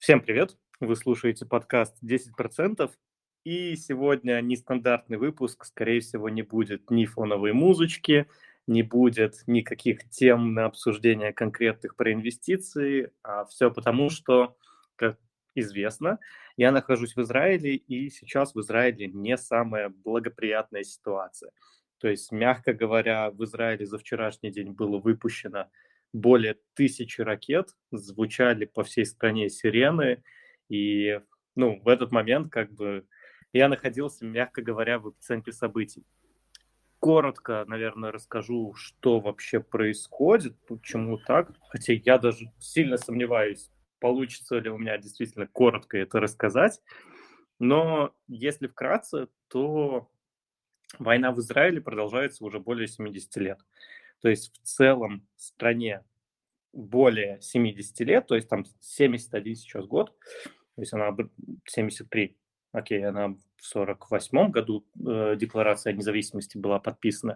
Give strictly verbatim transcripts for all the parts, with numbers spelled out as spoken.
Всем привет! Вы слушаете подкаст десять процентов, и сегодня нестандартный выпуск, скорее всего, не будет ни фоновой музычки, не будет никаких тем на обсуждение конкретных про инвестиции, а все потому, что, как известно, я нахожусь в Израиле, и сейчас в Израиле не самая благоприятная ситуация. То есть, мягко говоря, в Израиле за вчерашний день было выпущено более тысячи ракет, звучали по всей стране сирены, и, ну, в этот момент как бы я находился, мягко говоря, в эпицентре событий. Коротко, наверное, расскажу, что вообще происходит, почему так, хотя я даже сильно сомневаюсь, получится ли у меня действительно коротко это рассказать. Но если вкратце, то война в Израиле продолжается уже более семидесяти лет. То есть в целом в стране более семидесяти лет, то есть там семьдесят один сейчас год, то есть она б- семьдесят три, окей, она в сорок восьмом году э, Декларация о независимости была подписана.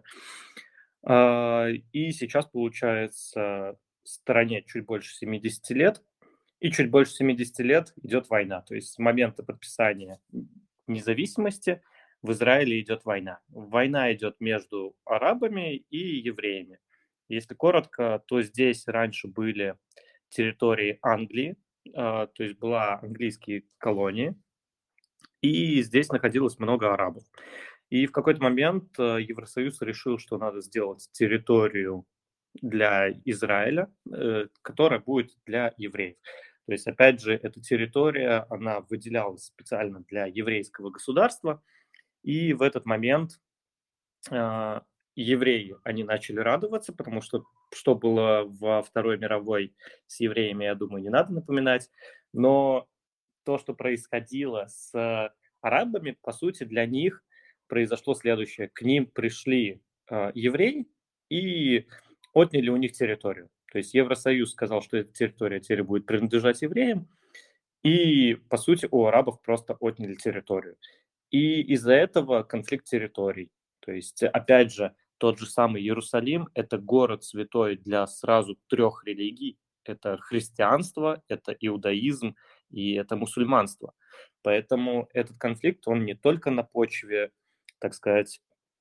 А, и сейчас, получается, стране чуть больше семидесяти лет, и чуть больше семидесяти лет идет война. То есть с момента подписания независимости в Израиле идет война. Война идет между арабами и евреями. Если коротко, то здесь раньше были территории Англии, а, то есть была английские колонии, и здесь находилось много арабов. И в какой-то момент э, Евросоюз решил, что надо сделать территорию для Израиля, э, которая будет для евреев. То есть, опять же, эта территория, она выделялась специально для еврейского государства, и в этот момент а, евреи, они начали радоваться, потому что что было во Второй мировой с евреями, я думаю, не надо напоминать, но то, что происходило с арабами, по сути, для них произошло следующее. К ним пришли э, евреи и отняли у них территорию. То есть Евросоюз сказал, что эта территория теперь будет принадлежать евреям, и, по сути, у арабов просто отняли территорию. И из-за этого конфликт территорий. То есть, опять же, тот же самый Иерусалим– это город святой для сразу трех религий. Это христианство, это иудаизм и это мусульманство. Поэтому этот конфликт, он не только на почве, так сказать,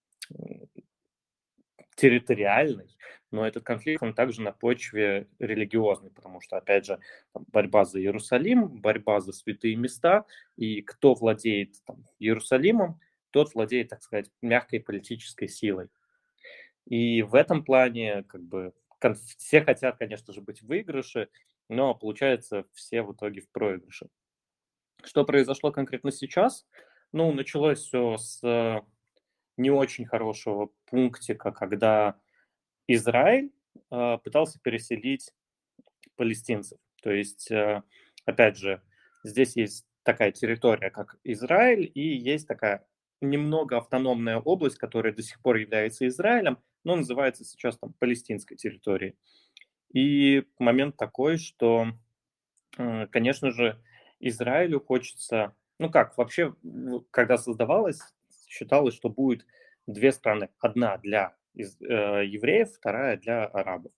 территориальный, но этот конфликт, он также на почве религиозной, потому что, опять же, там борьба за Иерусалим, борьба за святые места, и кто владеет там, Иерусалимом, тот владеет, так сказать, мягкой политической силой. И в этом плане, как бы, кон- все хотят, конечно же, быть в выигрыше, но получается все в итоге в проигрыше. Что произошло конкретно сейчас? Ну, началось все с э, не очень хорошего пунктика, когда Израиль, а, пытался переселить палестинцев. То есть, э, опять же, здесь есть такая территория, как Израиль, и есть такая немного автономная область, которая до сих пор является Израилем, но называется сейчас там палестинской территорией. И момент такой, что, э, конечно же, Израилю хочется, ну как, вообще, в- когда создавалось, считалось, что будет две страны. Одна для из- э, евреев, вторая для арабов.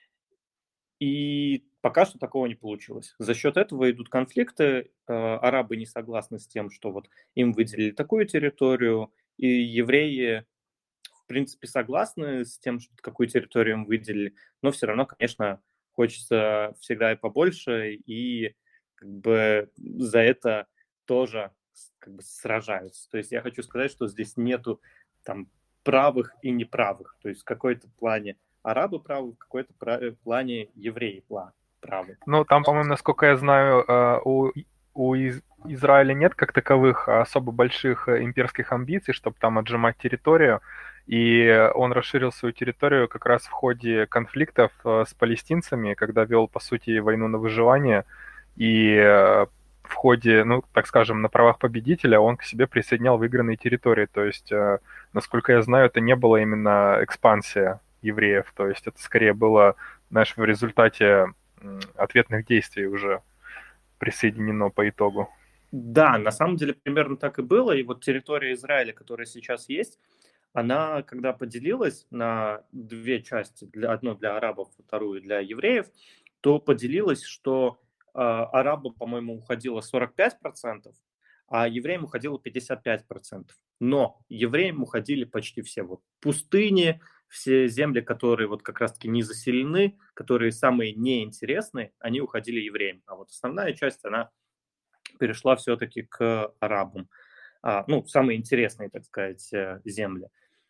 И пока что такого не получилось. За счет этого идут конфликты. э, Арабы не согласны с тем, что вот им выделили такую территорию, и евреи, в принципе, согласны с тем, что какую территорию им выделили, но все равно, конечно, хочется всегда и побольше, и как бы за это тоже с- как бы сражаются. То есть я хочу сказать, что здесь нету там правых и неправых. То есть в какой-то плане арабы правы, в какой-то пра- плане евреи пла- правы. Ну, там, по-моему, насколько я знаю, э, у, у Из- Израиля нет как таковых особо больших э, имперских амбиций, чтобы там отжимать территорию. И он расширил свою территорию как раз в ходе конфликтов э, с палестинцами, когда вел, по сути, войну на выживание. И э, в ходе, ну, так скажем, на правах победителя он к себе присоединял выигранные территории. То есть, э, насколько я знаю, это не была именно экспансия евреев. То есть это скорее было, знаешь, в результате м, ответных действий уже присоединено по итогу. Да, на самом деле примерно так и было. И вот территория Израиля, которая сейчас есть, она, когда поделилась на две части, для, одну для арабов, вторую для евреев, то поделилась, что арабам, по-моему, уходило сорок пять процентов, а евреям уходило пятьдесят пять процентов. Но евреям уходили почти все. Вот пустыни, все земли, которые вот как раз-таки не заселены, которые самые неинтересные, они уходили евреям. А вот основная часть, она перешла все-таки к арабам. А, ну, самые интересные, так сказать, э, земли.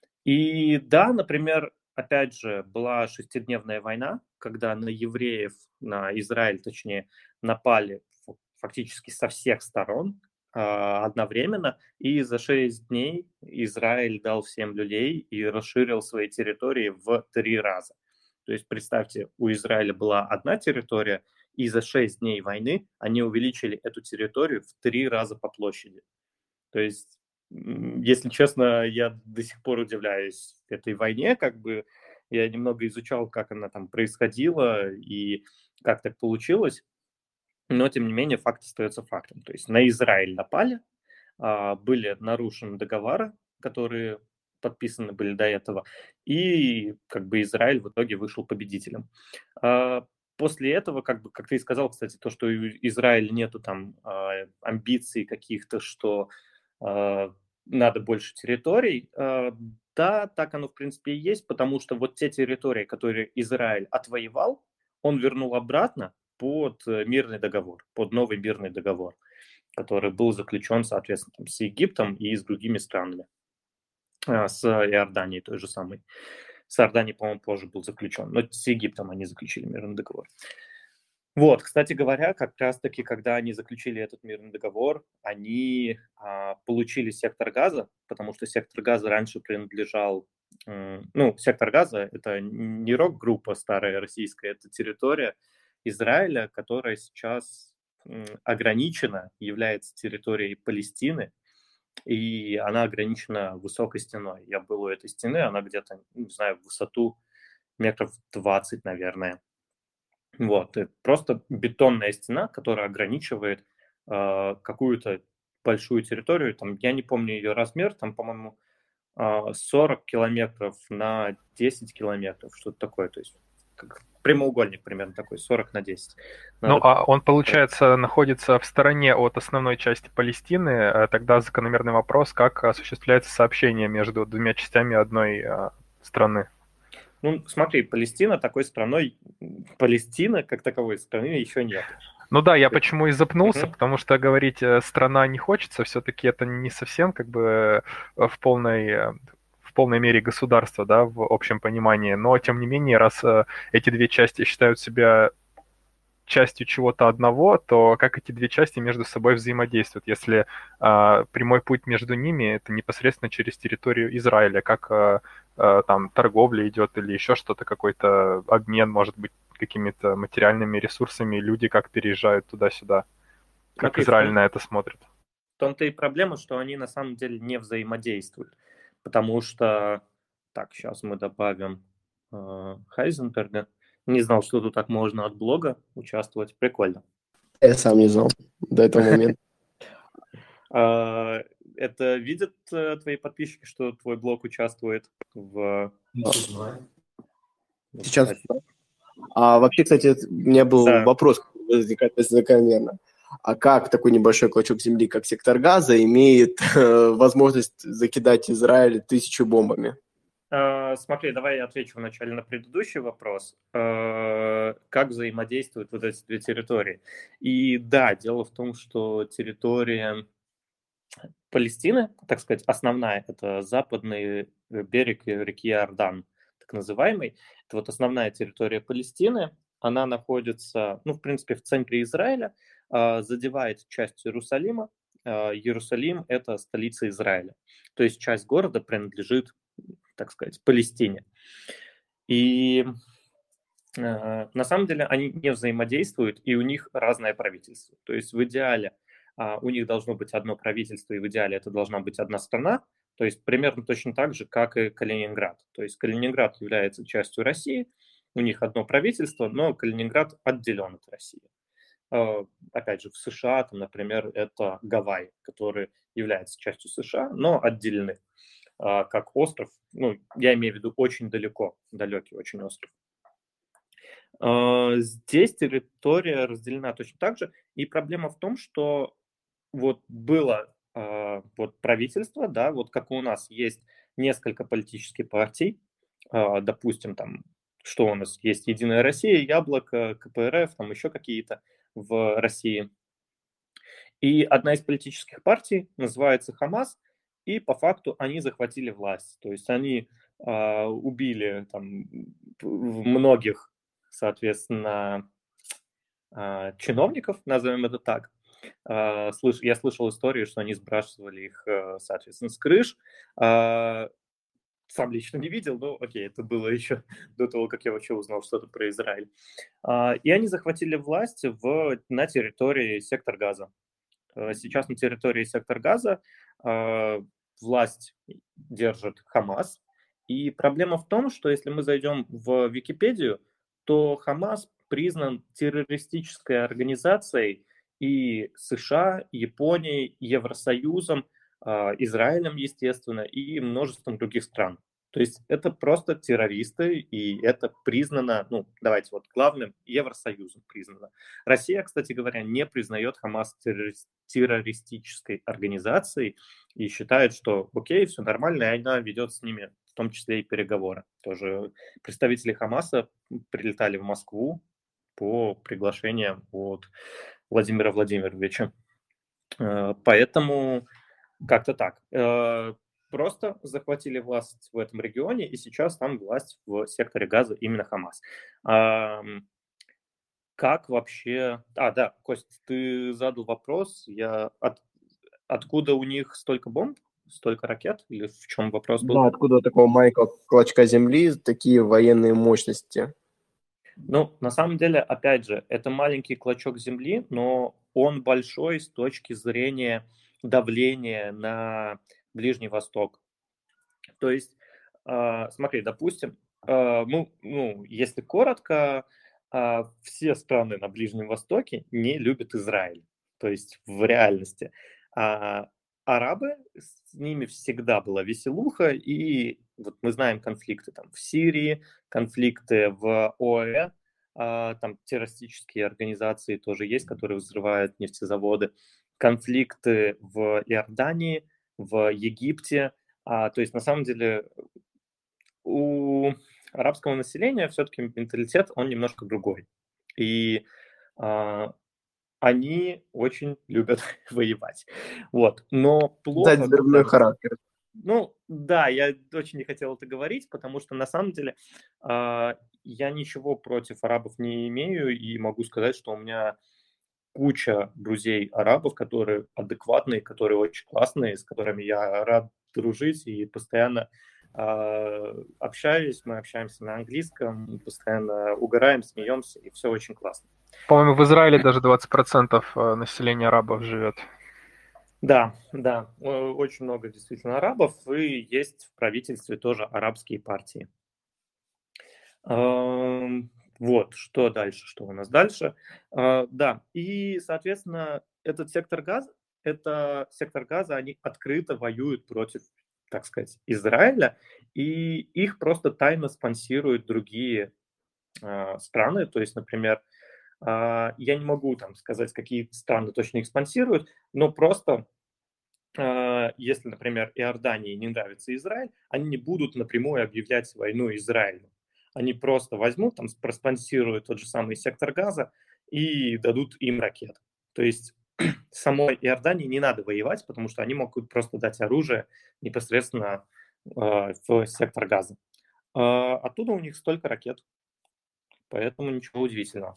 И да, например, опять же, была шестидневная война, когда на евреев, на Израиль, точнее, напали фактически со всех сторон а, одновременно, и за шесть дней Израиль дал всем люлей и расширил свои территории в три раза. То есть, представьте, у Израиля была одна территория, и за шесть дней войны они увеличили эту территорию в три раза по площади. То есть, если честно, я до сих пор удивляюсь этой войне, как бы я немного изучал, как она там происходила и как так получилось, но тем не менее факт остается фактом. То есть на Израиль напали, а, были нарушены договоры, которые подписаны были до этого, и как бы Израиль в итоге вышел победителем. А, После этого, как бы, как ты и сказал, кстати, то, что у Израиля нету там а, амбиций каких-то, что а, надо больше территорий. А, Да, так оно в принципе и есть, потому что вот те территории, которые Израиль отвоевал, он вернул обратно под э, мирный договор, под новый мирный договор, который был заключен, соответственно, там, с Египтом и с другими странами, а, с Иорданией той же самой. С Иорданией, по-моему, позже был заключен, но с Египтом они заключили мирный договор. Вот, кстати говоря, как раз-таки, когда они заключили этот мирный договор, они а, получили сектор газа, потому что сектор газа раньше принадлежал, м, ну, сектор газа — это не рок-группа старая российская, это территория Израиля, которая сейчас м, ограничена, является территорией Палестины, и она ограничена высокой стеной. Я был у этой стены, она где-то, ну, не знаю, в высоту метров двадцать, наверное. Вот, это просто бетонная стена, которая ограничивает а, какую-то большую территорию. Там, я не помню ее размер, там, по-моему, а, сорок километров на десять километров, что-то такое. То есть как прямоугольник примерно такой, сорок на десять. Ну, Надо... а он, получается, находится в стороне от основной части Палестины. а Тогда закономерный вопрос, как осуществляется сообщение между двумя частями одной а, страны. Ну, смотри, Палестина такой страной, Палестина как таковой страны еще нет. Ну да, я почему и запнулся, Мгм. потому что говорить э, страна не хочется, все-таки это не совсем как бы э, в полной, э, в полной мере государство, да, в общем понимании. Но тем не менее, раз э, эти две части считают себя частью чего-то одного, то как эти две части между собой взаимодействуют, если э, прямой путь между ними это непосредственно через территорию Израиля, как э, э, там торговля идет или еще что-то, какой-то обмен, может быть, какими-то материальными ресурсами, люди как переезжают туда-сюда, как Смотри, в Израиль том, на это смотрит. в том-то и проблема, что они на самом деле не взаимодействуют. Потому что, так, сейчас мы добавим э, Хайзенберга. Не знал, что тут так можно от блога участвовать. Прикольно. Я сам не знал до этого момента. А, Это видят э, твои подписчики, что твой блог участвует в... Сейчас. А вообще, кстати, у меня был Да. вопрос, возникает закономерно. А как такой небольшой клочок земли, как сектор Газа, имеет э, возможность закидать Израиль тысячу бомбами? А, Смотри, давай я отвечу вначале на предыдущий вопрос. А, Как взаимодействуют вот эти две территории? И да, дело в том, что территория Палестины, так сказать, основная, это западный берег реки Иордан, так называемый. Это вот основная территория Палестины. Она находится, ну, в принципе, в центре Израиля, а, задевает часть Иерусалима. А, Иерусалим — это столица Израиля. То есть часть города принадлежит, так сказать, Палестине. И э, на самом деле они не взаимодействуют, и у них разное правительство. То есть в идеале а, у них должно быть одно правительство, и в идеале это должна быть одна страна, то есть примерно точно так же, как и Калининград. То есть Калининград является частью России, у них одно правительство, но Калининград отделен от России. Э, Опять же, в США, там, например, это Гавайи, которые являются частью США, но отделены а, как остров. Ну, я имею в виду очень далеко, далекий очень остров. Здесь территория разделена точно так же, и проблема в том, что вот было вот правительство, да, вот как у нас есть несколько политических партий, допустим, там, что у нас есть Единая Россия, Яблоко, ка пэ эр эф, там еще какие-то в России. И одна из политических партий называется Хамас, и по факту они захватили власть. То есть они э, убили там многих, соответственно, э, чиновников, назовем это так. Э, слыш, я слышал истории, что они сбрасывали их, э, соответственно, с крыш. Э, сам лично не видел, но окей, это было еще до того, как я вообще узнал что-то про Израиль. Э, и они захватили власть в, на территории сектора Газа. Сейчас на территории сектора Газа э, власть держит Хамас. И проблема в том, что если мы зайдем в Википедию, то Хамас признан террористической организацией и США, Японией, Евросоюзом, э, Израилем, естественно, и множеством других стран. То есть это просто террористы, и это признано, ну, давайте вот главным, Евросоюзом признано. Россия, кстати говоря, не признает Хамас террористической организацией и считает, что окей, все нормально, и она ведет с ними в том числе и переговоры. Тоже представители Хамаса прилетали в Москву по приглашениям от Владимира Владимировича. Поэтому как-то так. Просто захватили власть в этом регионе, и сейчас там власть в секторе Газа именно Хамас. Как вообще... А, да, Кость, ты задал вопрос, я... От... откуда у них столько бомб, столько ракет, или в чем вопрос был? Да, откуда у такого маленького клочка земли такие военные мощности? Ну, на самом деле, опять же, это маленький клочок земли, но он большой с точки зрения давления на Ближний Восток. То есть, э, смотри, допустим, э, ну, ну, если коротко, э, все страны на Ближнем Востоке не любят Израиль. То есть в реальности. А арабы, с ними всегда была веселуха, и вот мы знаем конфликты там в Сирии, конфликты в ОАЭ, а, там террористические организации тоже есть, которые взрывают нефтезаводы, конфликты в Иордании, в Египте. А, то есть на самом деле у арабского населения все-таки менталитет, он немножко другой. И а, они очень любят воевать. Вот. Но Дать плохо, взрывной когда... характер. Ну, да, я очень не хотел это говорить, потому что на самом деле а, я ничего против арабов не имею, и могу сказать, что у меня куча друзей арабов, которые адекватные, которые очень классные, с которыми я рад дружить и постоянно а, общаюсь. Мы общаемся на английском, постоянно угораем, смеемся, и все очень классно. По-моему, в Израиле даже двадцать процентов населения арабов живет. Да, да, о- очень много действительно арабов, и есть в правительстве тоже арабские партии. Ам, Вот, что дальше, что у нас дальше? А, Да, и, соответственно, этот сектор газа, это сектор газа, они открыто воюют против, так сказать, Израиля, и их просто тайно спонсируют другие а, страны. То есть, например, а, я не могу там сказать, какие страны точно их спонсируют, но просто а, если, например, Иордании не нравится Израиль, они не будут напрямую объявлять войну Израилю. Они просто возьмут, там, проспонсируют тот же самый сектор газа и дадут им ракет. То есть самой Иордании не надо воевать, потому что они могут просто дать оружие непосредственно э, в сектор газа. А оттуда у них столько ракет, поэтому ничего удивительного.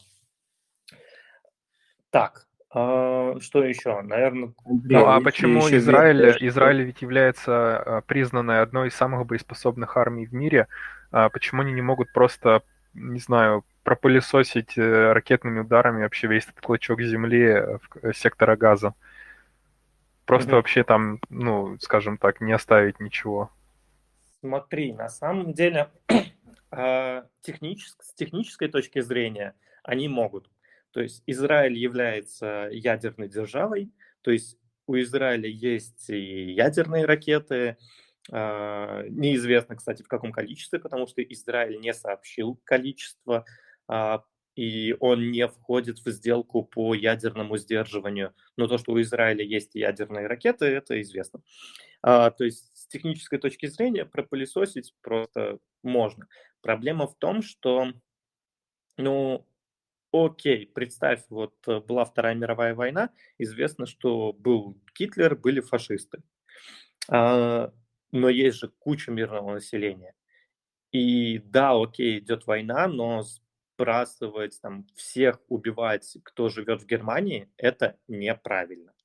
Так, а, что еще? Наверное, Андрей, Ну да. а если почему еще Израиль, верно, что... Израиль ведь является а, признанной одной из самых боеспособных армий в мире, а почему они не могут просто, не знаю, пропылесосить э, ракетными ударами вообще весь этот клочок земли э, в к- сектора Газа? Просто Мгм. вообще там, ну, скажем так, не оставить ничего. Смотри, на самом деле, а, техничес- с технической точки зрения они могут. То есть Израиль является ядерной державой, то есть у Израиля есть и ядерные ракеты, а, неизвестно, кстати, в каком количестве, потому что Израиль не сообщил количество. А, и он не входит в сделку по ядерному сдерживанию. Но то, что у Израиля есть ядерные ракеты, это известно. А, то есть с технической точки зрения пропылесосить просто можно. Проблема в том, что, ну, окей, представь, вот э, была Вторая мировая война, известно, что был Гитлер, были фашисты. А, но есть же куча мирного населения. И да, окей, идет война, но сбрасывать там всех, убивать, кто живет в Германии, это неправильно.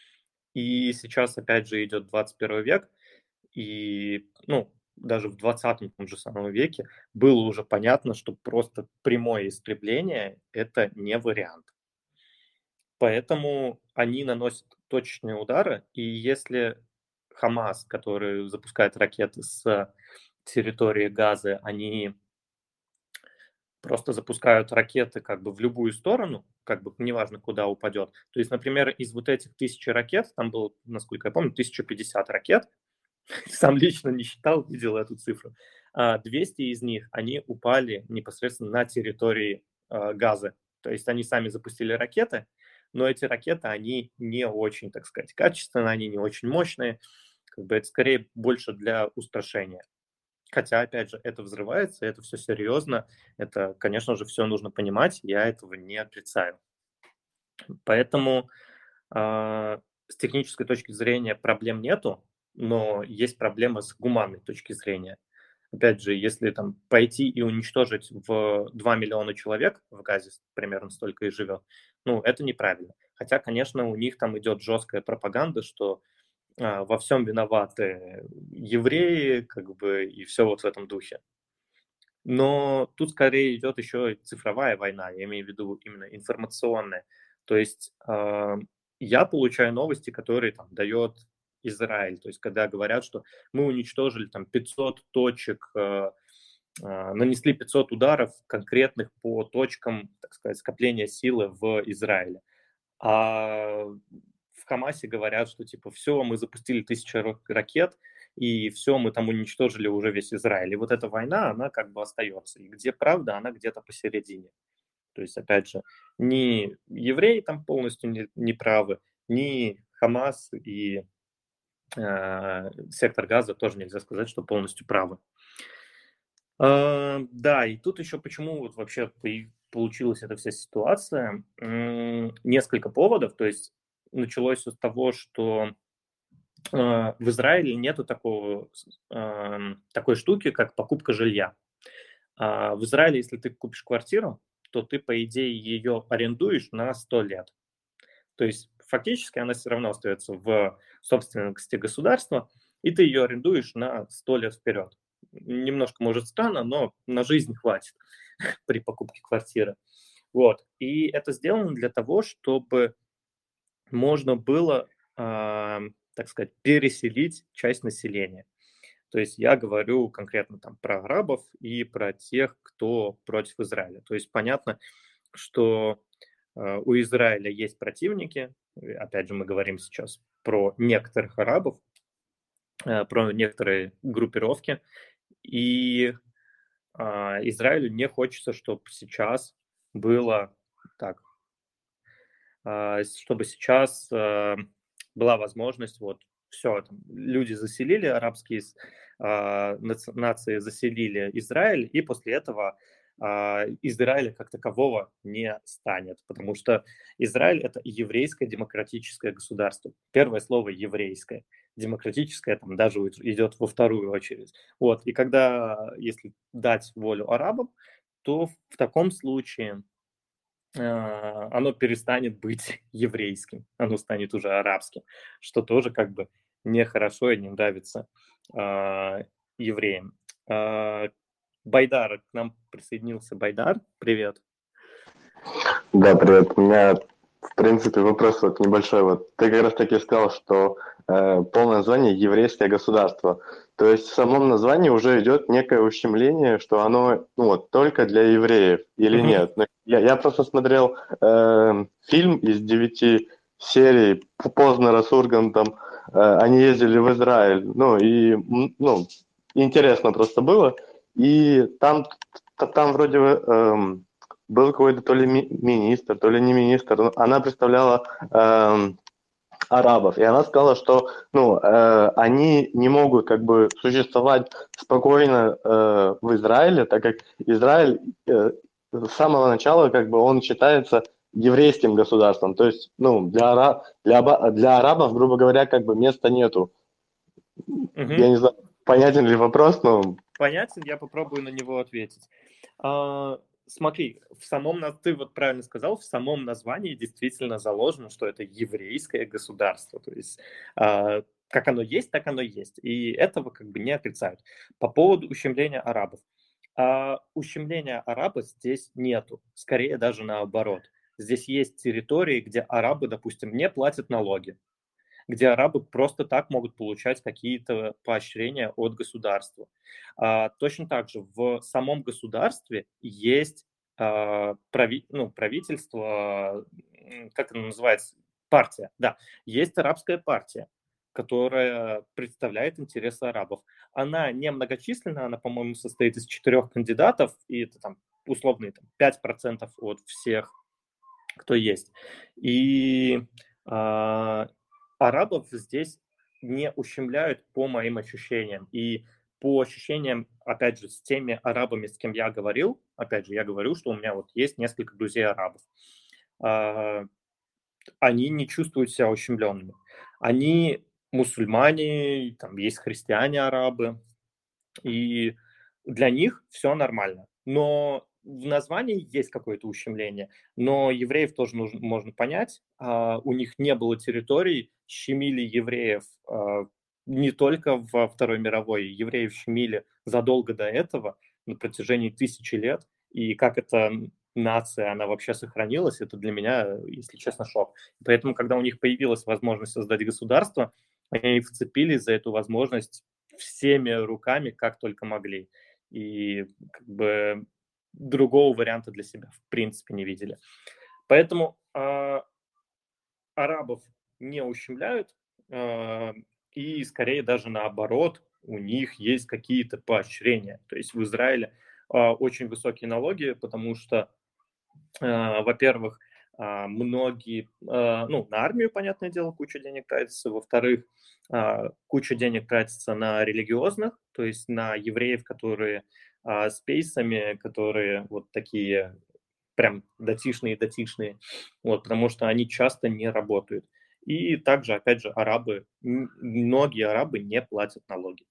И сейчас, опять же, идет двадцать первый век, и, ну, даже в двадцатом том же самом веке было уже понятно, что просто прямое истребление – это не вариант. Поэтому они наносят точечные удары, и если Хамас, который запускает ракеты с территории Газы, они просто запускают ракеты как бы в любую сторону, как бы неважно, куда упадет. То есть, например, из вот этих тысячи ракет, там было, насколько я помню, тысяча пятьдесят ракет, сам лично не считал, видел эту цифру, а двести из них, они упали непосредственно на территории э, Газы. То есть они сами запустили ракеты, но эти ракеты, они не очень, так сказать, качественные, они не очень мощные. Как бы это скорее больше для устрашения. Хотя, опять же, это взрывается, это все серьезно, это, конечно же, все нужно понимать, я этого не отрицаю. Поэтому а, с технической точки зрения проблем нету, но есть проблема с гуманной точки зрения. Опять же, если там пойти и уничтожить в два миллиона человек, в Газе примерно столько и живет, ну, это неправильно. Хотя, конечно, у них там идет жесткая пропаганда, что а, во всем виноваты евреи, как бы, и все вот в этом духе. Но тут скорее идет еще и цифровая война, я имею в виду именно информационная. То есть э, я получаю новости, которые там дает Израиль. То есть когда говорят, что мы уничтожили там пятьсот точек, э, э, нанесли пятьсот ударов конкретных по точкам, так сказать, скопления силы в Израиле. А в Хамасе говорят, что типа все, мы запустили тысячу ракет, и все, мы там уничтожили уже весь Израиль. И вот эта война, она как бы остается. И где правда, она где-то посередине. То есть, опять же, ни евреи там полностью не, не правы, ни Хамас и э, сектор Газа тоже нельзя сказать, что полностью правы. Э, да, и тут еще почему вот вообще получилась эта вся ситуация. М, Несколько поводов. То есть началось с того, что э, в Израиле нету такого, э, такой штуки, как покупка жилья. А в Израиле, если ты купишь квартиру, то ты, по идее, ее арендуешь на сто лет. То есть фактически она все равно остается в собственности государства, и ты ее арендуешь на сто лет вперед. Немножко, может, странно, но на жизнь хватит при покупке квартиры. Вот. И это сделано для того, чтобы можно было, э, так сказать, переселить часть населения. То есть я говорю конкретно там про арабов и про тех, кто против Израиля. То есть понятно, что э, у Израиля есть противники. И опять же, мы говорим сейчас про некоторых арабов, э, про некоторые группировки. И э, Израилю не хочется, чтобы сейчас было так, э, чтобы сейчас э, была возможность вот все, там, люди заселили, арабские э, наци- нации заселили Израиль, и после этого э, Израиля как такового не станет, потому что Израиль – это еврейское демократическое государство. Первое слово еврейское, демократическое там даже идет во вторую очередь. Вот, и когда, если дать волю арабам, то в таком случае оно перестанет быть еврейским, оно станет уже арабским, что тоже как бы нехорошо и не нравится э, евреям. Э, Байдар, к нам присоединился Байдар, привет. Да, привет. У меня, в принципе, вопрос вот небольшой. Вот ты как раз таки сказал, что э, полное название «Еврейское государство». То есть в самом названии уже идет некое ущемление, что оно ну, вот, только для евреев или Мгм. нет. Но Я, я просто смотрел э, фильм из девяти серий Познера с Ургантом. Э, они ездили в Израиль. Ну, и м, ну, интересно просто было. И там, там вроде... эм, был какой-то то ли ми- министр, то ли не министр, но она представляла эм, арабов, и она сказала, что ну, э, они не могут как бы существовать спокойно э, в Израиле, так как Израиль э, с самого начала как бы он считается еврейским государством, то есть ну, для, ара- для, аба- для арабов, грубо говоря, как бы места нету. Мгм. Я не знаю, понятен ли вопрос, но... Понятен, я попробую на него ответить. А, смотри, в самом, на- ты вот правильно сказал, в самом названии действительно заложено, что это еврейское государство. То есть а, как оно есть, так оно есть. И этого как бы не отрицают. По поводу ущемления арабов. А, ущемления арабов здесь нету. Скорее даже наоборот. Здесь есть территории, где арабы, допустим, не платят налоги, где арабы просто так могут получать какие-то поощрения от государства. А, точно так же в самом государстве есть а, прави, ну, правительство, м, как оно называется, партия, да, есть арабская партия, которая представляет интересы арабов. Она не многочисленна, она, по-моему, состоит из четырех кандидатов, и это там условные там, пять процентов от всех, кто есть. И а, арабов здесь не ущемляют по моим ощущениям. И по ощущениям, опять же, с теми арабами, с кем я говорил, опять же, я говорю, что у меня вот есть несколько друзей арабов, а, они не чувствуют себя ущемленными. Они мусульмане, там есть христиане-арабы, и для них все нормально. Но в названии есть какое-то ущемление. Но евреев тоже нужно, можно понять. А, у них не было территорий, щемили евреев а, не только во Второй мировой. Евреев щемили задолго до этого, на протяжении тысячи лет. И как эта нация, она вообще сохранилась, это для меня, если честно, шок. Поэтому, когда у них появилась возможность создать государство, они вцепились за эту возможность всеми руками, как только могли. И как бы другого варианта для себя в принципе не видели. Поэтому а, арабов не ущемляют, а, и скорее даже наоборот, у них есть какие-то поощрения. То есть в Израиле а, очень высокие налоги, потому что, а, во-первых, а, многие, а, ну, на армию, понятное дело, куча денег тратится. Во-вторых, а, куча денег тратится на религиозных, то есть на евреев, которые а, с пейсами, которые вот такие прям датишные-датишные, вот, потому что они часто не работают. И также, опять же, арабы, м, многие арабы не платят налоги.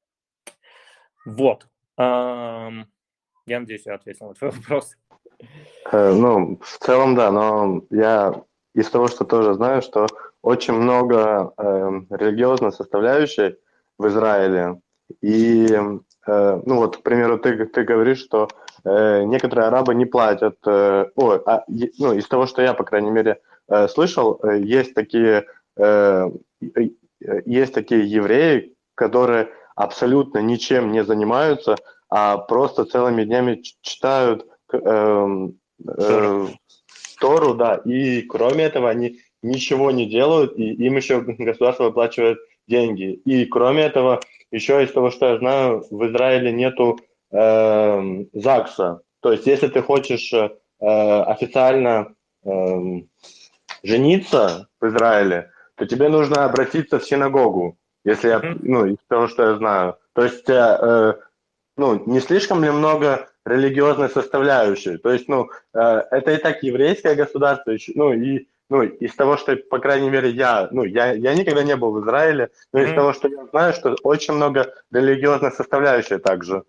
Вот. Ам, Я надеюсь, я ответил на твой вопрос. Э, ну, в целом, да, но я из того, что тоже знаю, что очень много э, религиозной составляющей в Израиле. И, э, ну вот, к примеру, ты, ты говоришь, что э, некоторые арабы не платят. Э, ой, а, е- ну, из того, что я, по крайней мере, э, слышал, э, есть такие, э, э, есть такие евреи, которые абсолютно ничем не занимаются, а просто целыми днями ч- читают эм, Тора. э, Тору, да, и кроме этого они ничего не делают, и им еще государство выплачивает деньги. И кроме этого, еще из того, что я знаю, в Израиле нету э, ЗАГСа. То есть, если ты хочешь э, официально э, жениться в Израиле, то тебе нужно обратиться в синагогу, если я, Мгм. ну, из того, что я знаю. То есть, э, э, ну, не слишком ли много религиозной составляющей? То есть, ну, э, это и так еврейское государство, еще- ну, и ну, из того, что, по крайней мере, я, ну, я, я никогда не был в Израиле, но из Мгм. того, что я знаю, что очень много религиозной составляющей также.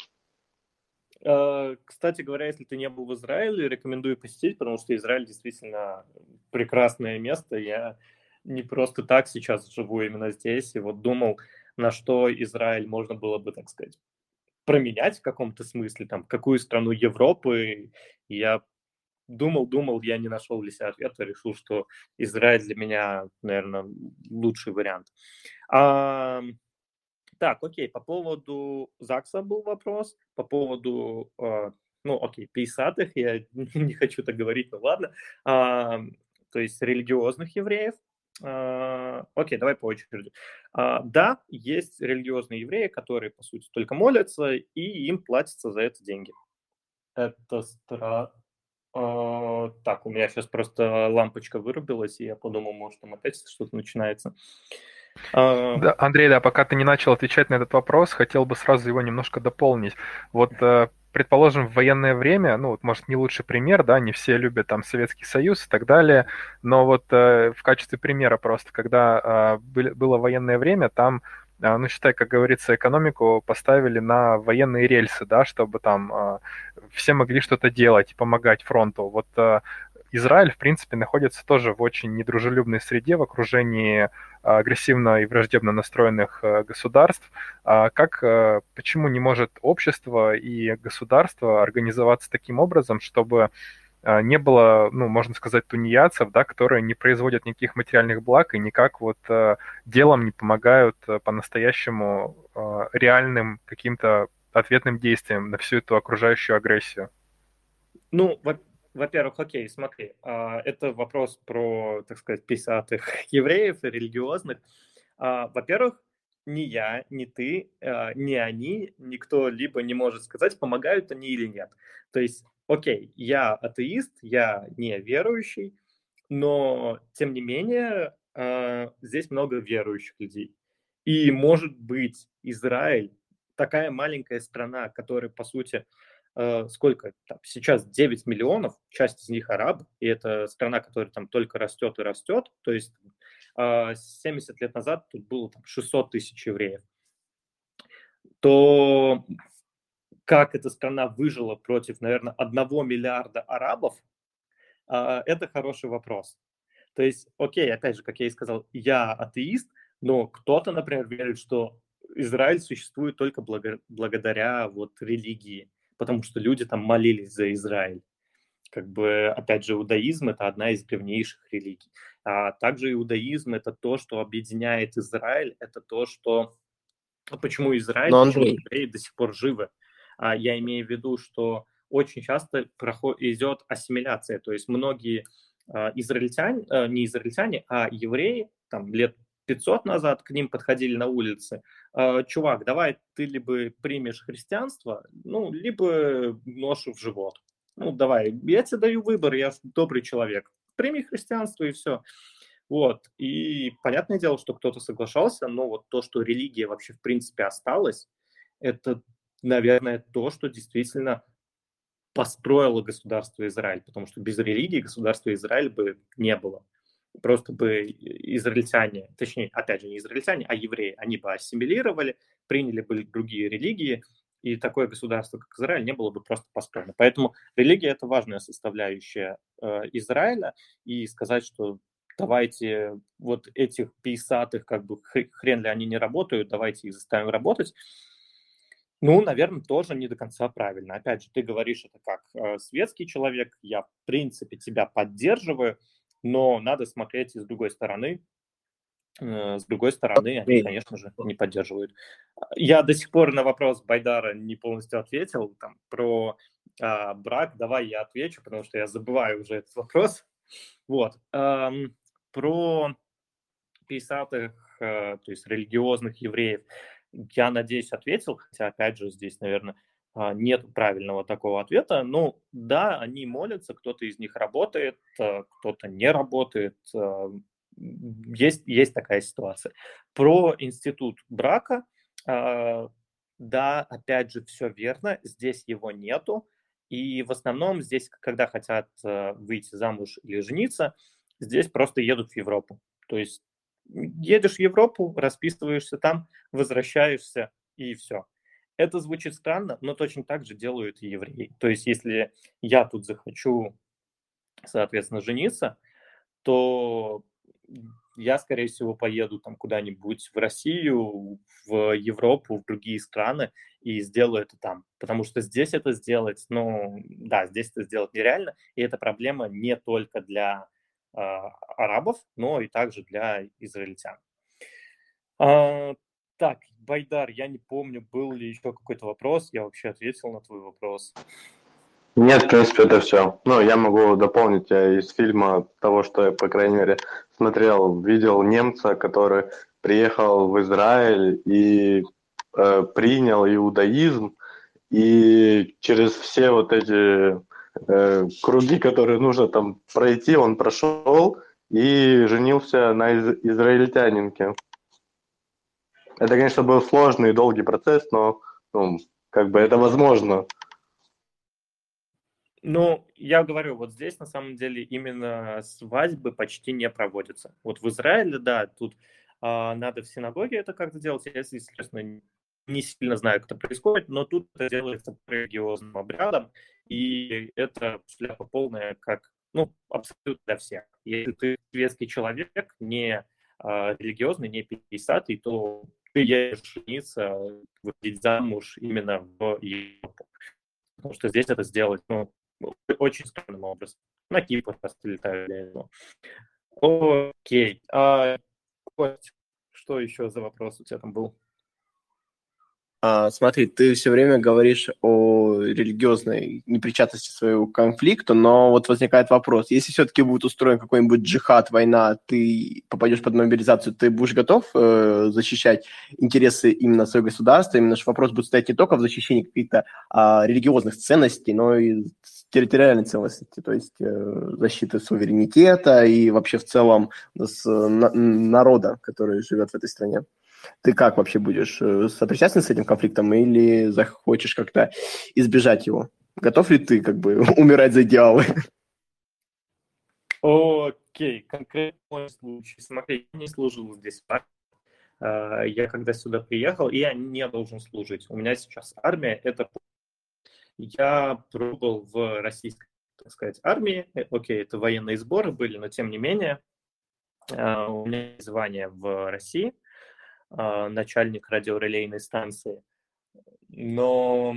Э, Кстати говоря, если ты не был в Израиле, рекомендую посетить, потому что Израиль действительно прекрасное место. Я не просто так сейчас живу именно здесь, и вот думал, на что Израиль можно было бы, так сказать, променять в каком-то смысле, там, какую страну Европы. И я думал, думал, я не нашел для себя ответа, решил, что Израиль для меня, наверное, лучший вариант. А, так, окей, по поводу ЗАГСа был вопрос, по поводу, э, ну, окей, пейсатых, я не хочу так говорить, ну ладно, а, то есть религиозных евреев. А, окей, давай по очереди. А, да, есть религиозные евреи, которые, по сути, только молятся, и им платятся за это деньги. Это странно. А, так, у меня сейчас просто лампочка вырубилась, и я подумал, может, там опять что-то начинается. А, Да, Андрей, да, пока ты не начал отвечать на этот вопрос, хотел бы сразу его немножко дополнить. Вот, э, предположим, в военное время, ну, вот, может, не лучший пример, да, не все любят там Советский Союз и так далее, но вот э, в качестве примера просто, когда э, были- было военное время, там, э, ну, считай, как говорится, экономику поставили на военные рельсы, да, чтобы там э, все могли что-то делать и помогать фронту. Вот э, Израиль, в принципе, находится тоже в очень недружелюбной среде, в окружении агрессивно и враждебно настроенных э, государств. А как, э, почему не может общество и государство организоваться таким образом, чтобы э, не было, ну, можно сказать, тунеядцев, да, которые не производят никаких материальных благ и никак вот э, делом не помогают э, по-настоящему э, реальным каким-то ответным действиям на всю эту окружающую агрессию? ну, во- во-первых, окей, смотри, а, это вопрос про, так сказать, писатых евреев и религиозных. А, Во-первых, ни я, ни ты, а, ни они, никто либо не может сказать, помогают они или нет. То есть, окей, я атеист, я не верующий, но, тем не менее, а, здесь много верующих людей. И, может быть, Израиль, такая маленькая страна, которая, по сути, э, сколько там, сейчас девять миллионов, часть из них арабы, и это страна, которая там только растет и растет, то есть э, семьдесят лет назад тут было там шестьсот тысяч евреев, то как эта страна выжила против, наверное, одного миллиарда арабов, э, это хороший вопрос. То есть, окей, опять же, как я и сказал, я атеист, но кто-то, например, верит, что Израиль существует только благо- благодаря вот религии, потому что люди там молились за Израиль. Как бы, опять же, иудаизм – это одна из древнейших религий. А также иудаизм – это то, что объединяет Израиль, это то, что… Почему Израиль, Но, почему Андрей, евреи до сих пор живы. А я имею в виду, что очень часто проход, идет ассимиляция, то есть многие э, израильтяне, э, не израильтяне, а евреи, там, лет пятьсот назад к ним подходили на улице, э, чувак, давай ты либо примешь христианство, ну, либо ношу в живот. Ну, давай, я тебе даю выбор, я добрый человек. Прими христианство и все. Вот. И понятное дело, что кто-то соглашался, но вот то, что религия вообще в принципе осталась, это, наверное, то, что действительно построило государство Израиль, потому что без религии государства Израиль бы не было. Просто бы израильтяне, точнее, опять же, не израильтяне, а евреи, они бы ассимилировали, приняли бы другие религии, и такое государство, как Израиль, не было бы просто построено. Поэтому религия – это важная составляющая э, Израиля, и сказать, что давайте вот этих писатых, как бы хрен ли они не работают, давайте их заставим работать, ну, наверное, тоже не до конца правильно. Опять же, ты говоришь это как э, светский человек, я в принципе тебя поддерживаю, но надо смотреть и с другой стороны. Э, с другой стороны, они, Андрей, конечно же, не поддерживают. Я до сих пор на вопрос Байдара не полностью ответил. Там, про а, брак давай я отвечу, потому что я забываю уже этот вопрос. Вот. Ам, про писатых, э, то есть религиозных евреев, я надеюсь, ответил, хотя, опять же, здесь, наверное, а, нет правильного такого ответа. Ну, да, они молятся, кто-то из них работает, э, кто-то не работает. э, Есть, есть такая ситуация. Про институт брака, а, да, опять же, все верно, здесь его нету. И в основном здесь, когда хотят э, выйти замуж или жениться, здесь просто едут в Европу. То есть едешь в Европу, расписываешься там, возвращаешься и все. Это звучит странно, но точно так же делают и евреи. То есть если я тут захочу, соответственно, жениться, то я, скорее всего, поеду там куда-нибудь в Россию, в Европу, в другие страны и сделаю это там. Потому что здесь это сделать, ну, да, здесь это сделать нереально, и эта проблема не только для э, арабов, но и также для израильтян. А, так, Байдар, я не помню, был ли еще какой-то вопрос, я вообще ответил на твой вопрос. Нет, в принципе, это все. Ну, я могу дополнить я из фильма того, что я, по крайней мере, смотрел, видел немца, который приехал в Израиль и э, принял иудаизм, и через все вот эти э, круги, которые нужно там пройти, он прошел и женился на из- израильтянинке. Это, конечно, был сложный и долгий процесс, но ну, как бы это возможно. Ну, я говорю, вот здесь на самом деле именно свадьбы почти не проводятся. Вот в Израиле, да, тут а, надо в синагоге это как-то делать. Я, если честно, не сильно знаю, как это происходит, но тут это делается по религиозным обрядам, и это шляпа полная, как, ну, абсолютно для всех. Если ты светский человек, не а, религиозный, не пятидесятый, то ты едешь жениться, выходить замуж именно в Европу. Потому что здесь это сделать, ну, очень странным образом. На Кипр просто летаю для этого. Окей. А, Кость, что еще за вопрос у тебя там был? А, смотри, ты все время говоришь о религиозной непричастности своего к конфликту, но вот возникает вопрос, если все-таки будет устроен какой-нибудь джихад, война, ты попадешь под мобилизацию, ты будешь готов э, защищать интересы именно своего государства? Именно что вопрос будет стоять не только в защищении каких-то а, религиозных ценностей, но и территориальной целостности, то есть э, защиты суверенитета и вообще в целом с, на, народа, который живет в этой стране. Ты как вообще будешь э, сопричастен с этим конфликтом или захочешь как-то избежать его? Готов ли ты как бы умирать за идеалы? Окей, конкретно мой случай. Смотри, я не служил здесь. А, Я когда сюда приехал, и я не должен служить. У меня сейчас армия, это... Я пробовал в российской, так сказать, армии. Э, Окей, это военные сборы были, но тем не менее, а, у меня есть звание в России, а, начальник радиорелейной станции. Но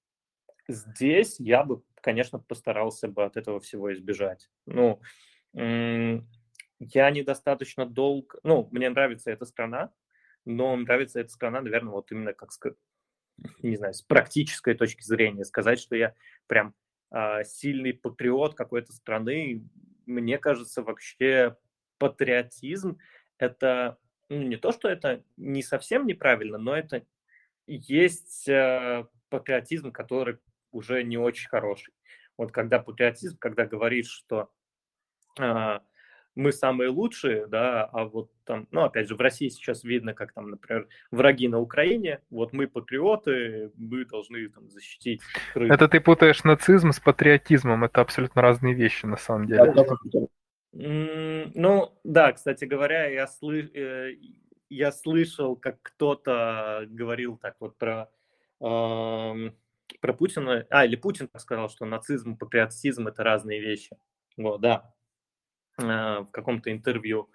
здесь я бы, конечно, постарался бы от этого всего избежать. Ну, м, я недостаточно долго... Ну, мне нравится эта страна, но нравится эта страна, наверное, вот именно как, ска- не знаю, с практической точки зрения. Сказать, что я прям а, сильный патриот какой-то страны, мне кажется, вообще патриотизм это, ну, не то, что это не совсем неправильно, но это есть э, патриотизм, который уже не очень хороший. Вот когда патриотизм, когда говоришь, что а, мы самые лучшие, да, а вот там, ну, опять же, в России сейчас видно, как там, например, враги на Украине, вот мы патриоты, мы должны там защитить Крым. Это ты путаешь нацизм с патриотизмом. Это абсолютно разные вещи на самом деле. Да, как это? М, Ну, да, кстати говоря, я, слы- э, я слышал, как кто-то говорил так вот про, ам, про Путина, а, или Путин так сказал, что нацизм и патриотизм – это разные вещи. Вот, да, э, в каком-то интервью.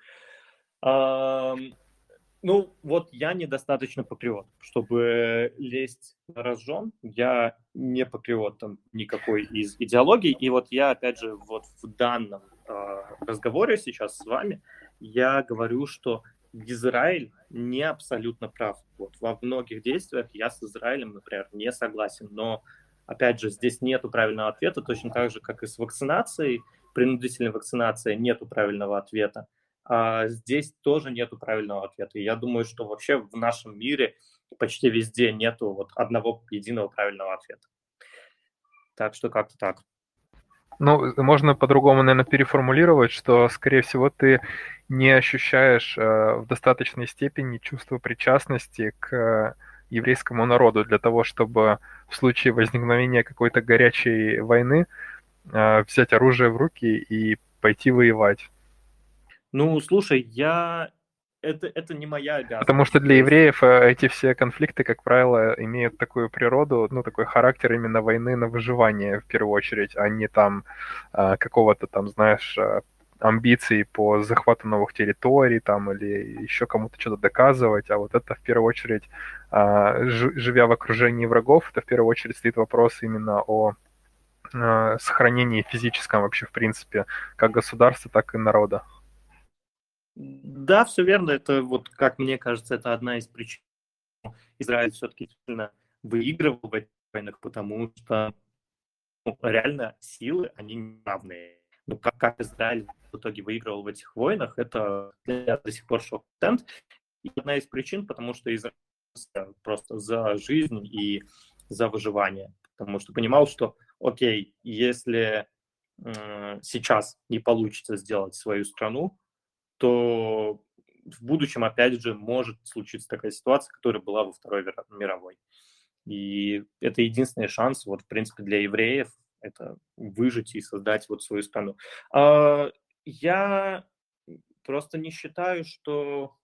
Ам, Ну, вот я недостаточно патриот, чтобы лезть на рожон. Я не патриот там никакой из идеологий. И вот я, опять же, вот в данном э, разговоре сейчас с вами, я говорю, что Израиль не абсолютно прав. Вот во многих действиях я с Израилем, например, не согласен. Но, опять же, здесь нету правильного ответа, точно так же, как и с вакцинацией, принудительной вакцинацией нету правильного ответа. А здесь тоже нету правильного ответа. И я думаю, что вообще в нашем мире почти везде нету вот одного единого правильного ответа. Так что как-то так. Ну, можно по-другому, наверное, переформулировать, что, скорее всего, ты не ощущаешь э, в достаточной степени чувство причастности к еврейскому народу для того, чтобы в случае возникновения какой-то горячей войны э, взять оружие в руки и пойти воевать. Ну, слушай, я... Это, это не моя обязанность. Потому что для евреев э, эти все конфликты, как правило, имеют такую природу, ну, такой характер именно войны на выживание, в первую очередь, а не там э, какого-то там, знаешь, э, амбиций по захвату новых территорий там или еще кому-то что-то доказывать, а вот это в первую очередь, э, ж- живя в окружении врагов, это в первую очередь стоит вопрос именно о э, сохранении физическом вообще, в принципе, как государства, так и народа. Да, все верно. Это вот, как мне кажется, это одна из причин. Израиль все-таки сильно выигрывал в этих войнах, потому что ну, реально силы, они не равные. Ну, как, как Израиль в итоге выигрывал в этих войнах, это для меня до сих пор шок-контент. И одна из причин, потому что Израиль просто за жизнь и за выживание. Потому что понимал, что окей, если э, сейчас не получится сделать свою страну, то в будущем, опять же, может случиться такая ситуация, которая была во Второй мировой. И это единственный шанс, вот, в принципе, для евреев, это выжить и создать вот свою страну. А, я просто не считаю, что...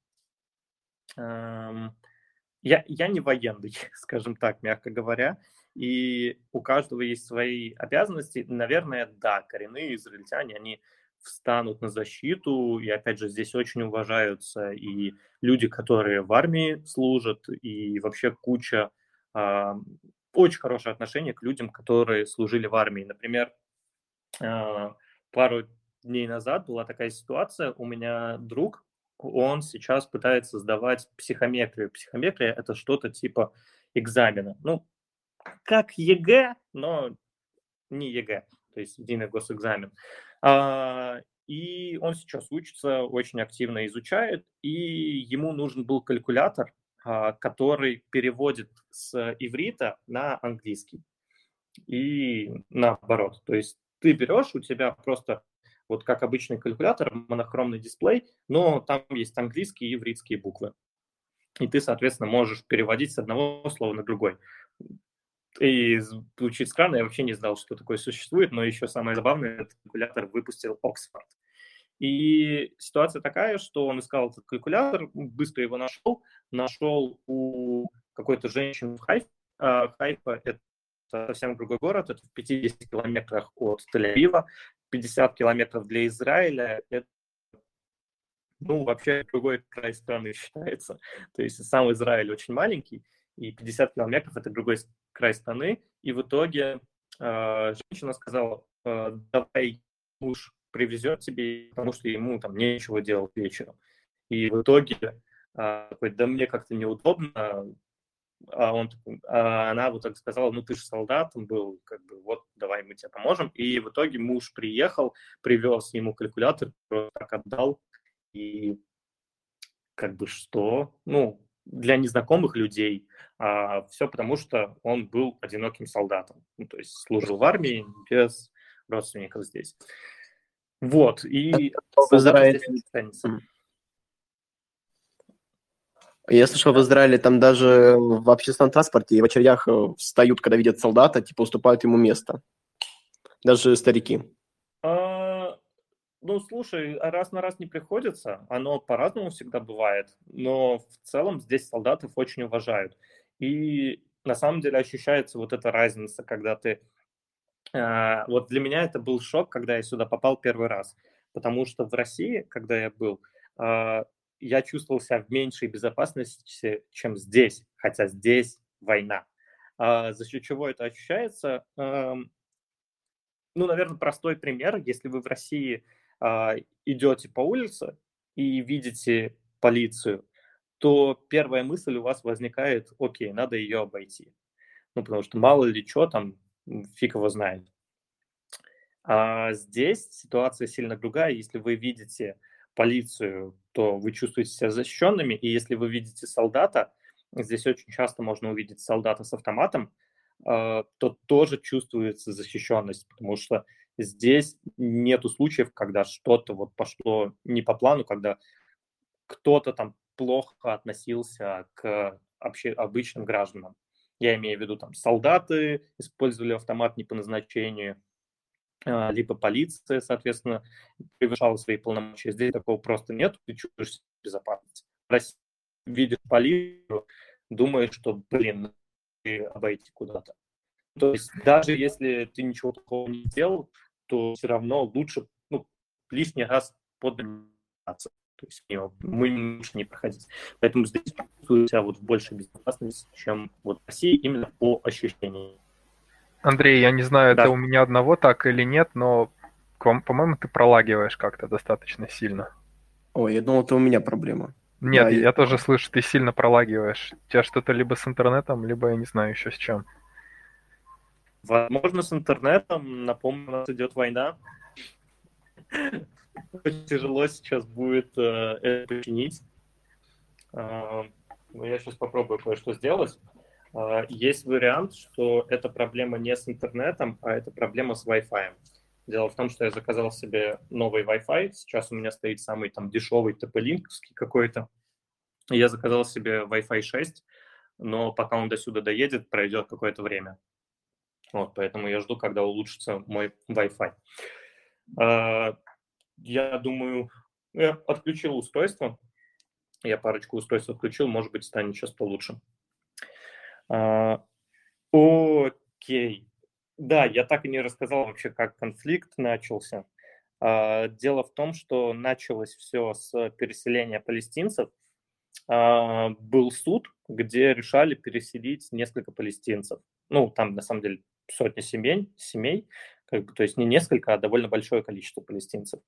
Эм, я, я не военный, скажем так, мягко говоря, и у каждого есть свои обязанности. Наверное, да, коренные израильтяне, они встанут на защиту, и опять же здесь очень уважаются и люди, которые в армии служат, и вообще куча, а, очень хорошее отношение к людям, которые служили в армии. Например, а, пару дней назад была такая ситуация, у меня друг, он сейчас пытается сдавать психометрию. Психометрия — это что-то типа экзамена. Ну, как ЕГЭ, но не ЕГЭ, то есть единый госэкзамен. А, и он сейчас учится, очень активно изучает, и ему нужен был калькулятор, а, который переводит с иврита на английский. И наоборот. То есть ты берешь, у тебя просто вот как обычный калькулятор, монохромный дисплей, но там есть английские и ивритские буквы. И ты, соответственно, можешь переводить с одного слова на другой. И звучит странно, я вообще не знал, что такое существует, но еще самое забавное, этот калькулятор выпустил Оксфорд. И ситуация такая, что он искал этот калькулятор, быстро его нашел, нашел у какой-то женщины в Хайфе. Хайфа — это совсем другой город, это в пятидесяти километрах от Тель-Авива, пятьдесят километров для Израиля, это, ну, вообще другой край страны считается. То есть сам Израиль очень маленький, и пятьдесят километров — это другой край страны, и в итоге э, женщина сказала, э, давай муж привезет тебе, потому что ему там нечего делать вечером. И в итоге э, такой, да мне как-то неудобно, а, он, а она вот так сказала, ну ты же солдатом был, как бы вот давай мы тебе поможем. И в итоге муж приехал, привез ему калькулятор, так отдал, и как бы что, ну, для незнакомых людей, а все потому, что он был одиноким солдатом, ну, то есть служил в армии без родственников здесь. Вот, и В солдаты Израиле... здесь не ценятся. Я слышал, в Израиле там даже в общественном транспорте и в очередях встают, когда видят солдата, типа уступают ему место. Даже старики. А, ну, слушай, раз на раз не приходится, оно по-разному всегда бывает, но в целом здесь солдатов очень уважают. И на самом деле ощущается вот эта разница, когда ты... А, вот для меня это был шок, когда я сюда попал первый раз, потому что в России, когда я был, а, я чувствовал себя в меньшей безопасности, чем здесь, хотя здесь война. А за счет чего это ощущается? Ам, Ну, наверное, простой пример. Если вы в России а, идете по улице и видите полицию, то первая мысль у вас возникает, окей, надо ее обойти. Ну, потому что мало ли что там, м, фиг его знает. А здесь ситуация сильно другая. Если вы видите полицию, то вы чувствуете себя защищенными, и если вы видите солдата, здесь очень часто можно увидеть солдата с автоматом, а, то тоже чувствуется защищенность, потому что здесь нету случаев, когда что-то вот пошло не по плану, когда кто-то там плохо относился к обще- обычным гражданам. Я имею в виду, там, солдаты использовали автомат не по назначению, а, либо полиция, соответственно, превышала свои полномочия. Здесь такого просто нет, ты чувствуешь себя в безопасности. В России видишь полицию, думаешь, что, блин, ты обойти куда-то. То есть даже если ты ничего такого не сделал, то все равно лучше, ну, лишний раз подниматься. То есть его мы лучше не проходить. Поэтому здесь чувствую себя вот в большей безопасности, чем вот в России, именно по ощущениям. Андрей, я не знаю, Да. это у меня одного так или нет, но, по-моему, ты пролагиваешь как-то достаточно сильно. Ой, я думал, это у меня проблема. Нет, Да, я, и- я тоже слышу, ты сильно пролагиваешь. У тебя что-то либо с интернетом, либо я не знаю еще с чем. Возможно, с интернетом, напомню, у нас идет война. Очень тяжело сейчас будет э, это починить. Э, но я сейчас попробую кое-что сделать. Есть вариант, что эта проблема не с интернетом, а это проблема с Wi-Fi. Дело в том, что я заказал себе новый Wi-Fi. Сейчас у меня стоит самый там дешевый ти пи-линковский какой-то. Я заказал себе Wi-Fi шесть, но пока он до сюда доедет, пройдет какое-то время. Вот, поэтому я жду, когда улучшится мой Wi-Fi. Я думаю, я отключил устройство. Я парочку устройств отключил, может быть, станет сейчас получше. Окей. Да, я так и не рассказал вообще, как конфликт начался. Дело в том, что началось все с переселения палестинцев. Был суд, где решали переселить несколько палестинцев. Ну, там, на самом деле, сотни семей, семей как бы, то есть не несколько, а довольно большое количество палестинцев.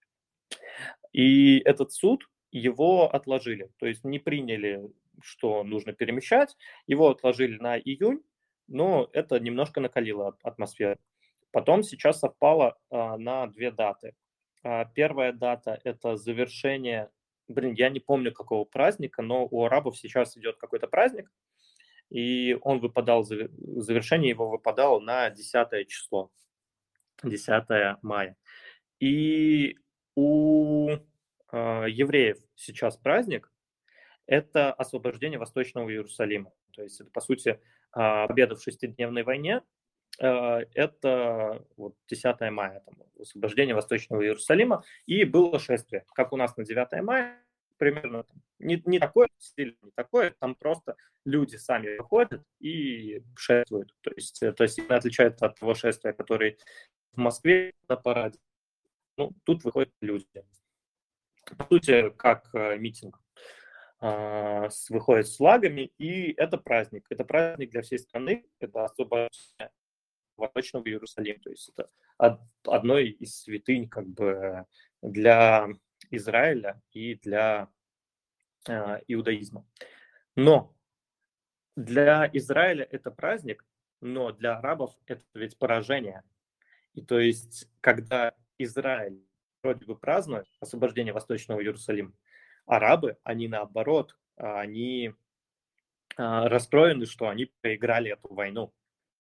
И этот суд, его отложили, то есть не приняли, что нужно перемещать, его отложили на июнь, но это немножко накалило атмосферу. Потом сейчас совпало а, на две даты. А, первая дата – это завершение, блин, я не помню какого праздника, но у арабов сейчас идет какой-то праздник, и он выпадал, завершение его выпадало на десятое число, десятое мая. И у э, евреев сейчас праздник – это освобождение Восточного Иерусалима. То есть это, по сути, э, победа в шестидневной войне. Э, это вот десятое мая, там, освобождение Восточного Иерусалима. И было шествие, как у нас на девятое мая, примерно не, не такое, стиль не такое, там просто люди сами выходят и шествуют. То есть это сильно отличается от того шествия, которое в Москве на параде. Ну, тут выходят люди. По сути, как э, митинг. Э, с, выходят с флагами, и это праздник. Это праздник для всей страны. Это освобождение Восточного Иерусалима. То есть это од, одной из святынь как бы для Израиля и для э, иудаизма. Но для Израиля это праздник, но для арабов это ведь поражение. И то есть, когда Израиль вроде бы празднует освобождение Восточного Иерусалима, арабы, они наоборот, они расстроены, что они проиграли эту войну.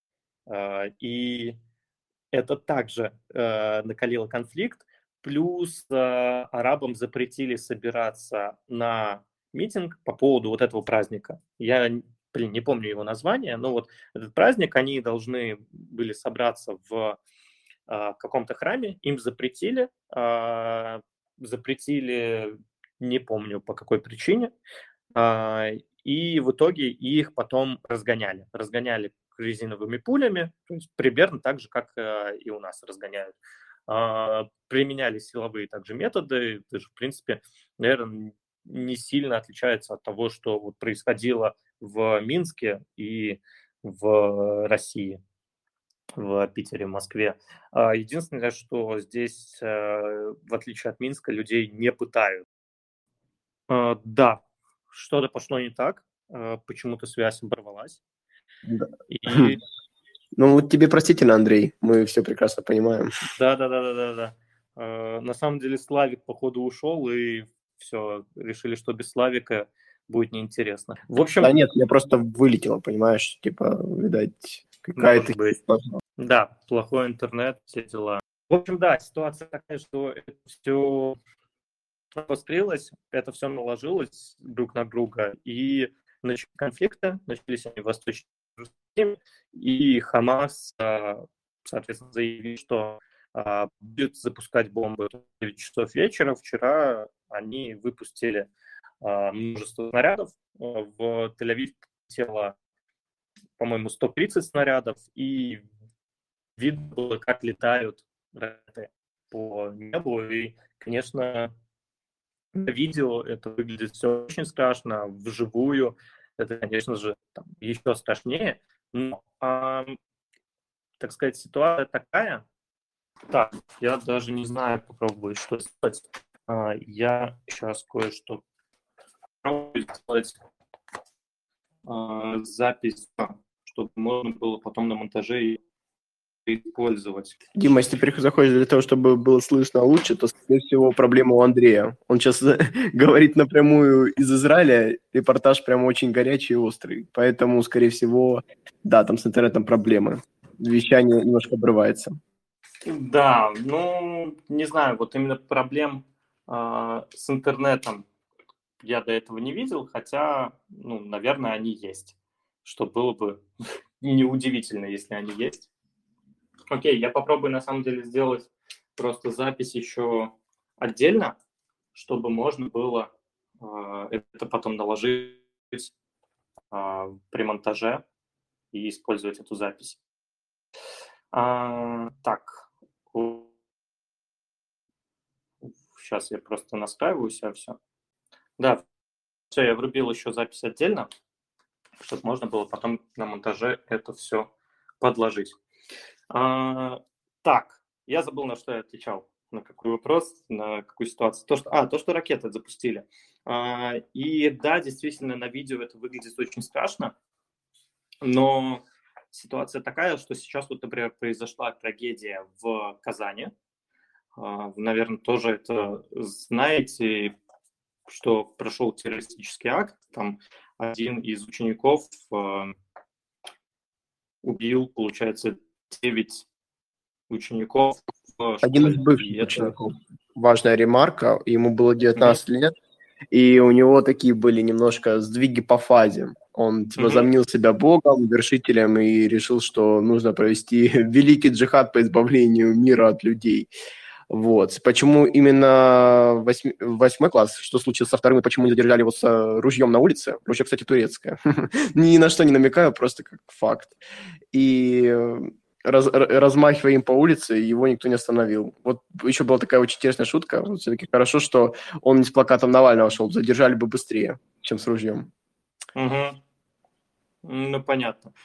И это также накалило конфликт. Плюс арабам запретили собираться на митинг по поводу вот этого праздника. Я, блин, не помню его название, но вот этот праздник, они должны были собраться в в каком-то храме, им запретили, запретили, не помню по какой причине, и в итоге их потом разгоняли. Разгоняли резиновыми пулями, то есть примерно так же, как и у нас разгоняют. Применяли силовые также методы, даже, в принципе, наверное, не сильно отличается от того, что вот происходило в Минске и в России, в Питере, в Москве. Единственное, что здесь, в отличие от Минска, людей не пытают. Да, что-то пошло не так, почему-то связь оборвалась. Да. И... Ну, тебе простительно, Андрей, мы все прекрасно понимаем. Да-да-да-да-да. На самом деле Славик, походу, ушел, и все, решили, что без Славика будет неинтересно. В общем... Да нет, я просто вылетела, понимаешь, типа, видать, какая-то... Да, плохой интернет, все дела. В общем, да, ситуация такая, что это все обострилось, это все наложилось друг на друга, и начались конфликты, начались они в Восточном Иерусалиме, и Хамас, соответственно, заявил, что будет запускать бомбы в девять часов вечера. Вчера они выпустили множество снарядов. В Тель-Авив полетело, по-моему, сто тридцать снарядов, и видно было, как летают ракеты по небу. И, конечно, на видео это выглядит все очень страшно, вживую это, конечно же, там, еще страшнее. Но, а, так сказать, ситуация такая. Так, я даже не знаю, попробую что сделать. А, я сейчас кое-что попробую сделать. А, запись, чтобы можно было потом на монтаже использовать. Дима, если ты заходишь для того, чтобы было слышно лучше, то, скорее всего, проблема у Андрея. Он сейчас говорит напрямую из Израиля, репортаж прям очень горячий и острый. Поэтому, скорее всего, да, там с интернетом проблемы. Вещание немножко обрывается. Да, ну, не знаю, вот именно проблем э, с интернетом я до этого не видел, хотя, ну, наверное, они есть. Что было бы неудивительно, если они есть. Окей, я попробую на самом деле сделать просто запись еще отдельно, чтобы можно было э, это потом наложить э, при монтаже и использовать эту запись. А, так, сейчас я просто настраиваю себя все. Да, все, я врубил еще запись отдельно, чтобы можно было потом на монтаже это все подложить. А, так, я забыл, на что я отвечал, на какой вопрос, на какую ситуацию. То, что, а, то, что ракеты запустили. А, и да, действительно, на видео это выглядит очень страшно, но ситуация такая, что сейчас, вот, например, произошла трагедия в Казани. А, вы, наверное, тоже это знаете, что прошел террористический акт. Там один из учеников а, убил, получается, девять учеников в Один из школе. бывших И это... учеников. Важная ремарка. Ему было девятнадцать mm-hmm. лет, и у него такие были немножко сдвиги по фазе. Он типа, mm-hmm. возомнил себя богом, вершителем и решил, что нужно провести великий джихад по избавлению мира от людей. Вот. Почему именно восьми, восьмой класс? Что случилось со вторым, и почему не задержали его с ружьем на улице? Ружье, кстати, турецкое. Ни на что не намекаю, просто как факт. И раз, размахивая им по улице, его никто не остановил. Вот еще была такая очень интересная шутка. Вот все-таки хорошо, что он не с плакатом Навального шел. Задержали бы быстрее, чем с ружьем. Угу. Ну, понятно.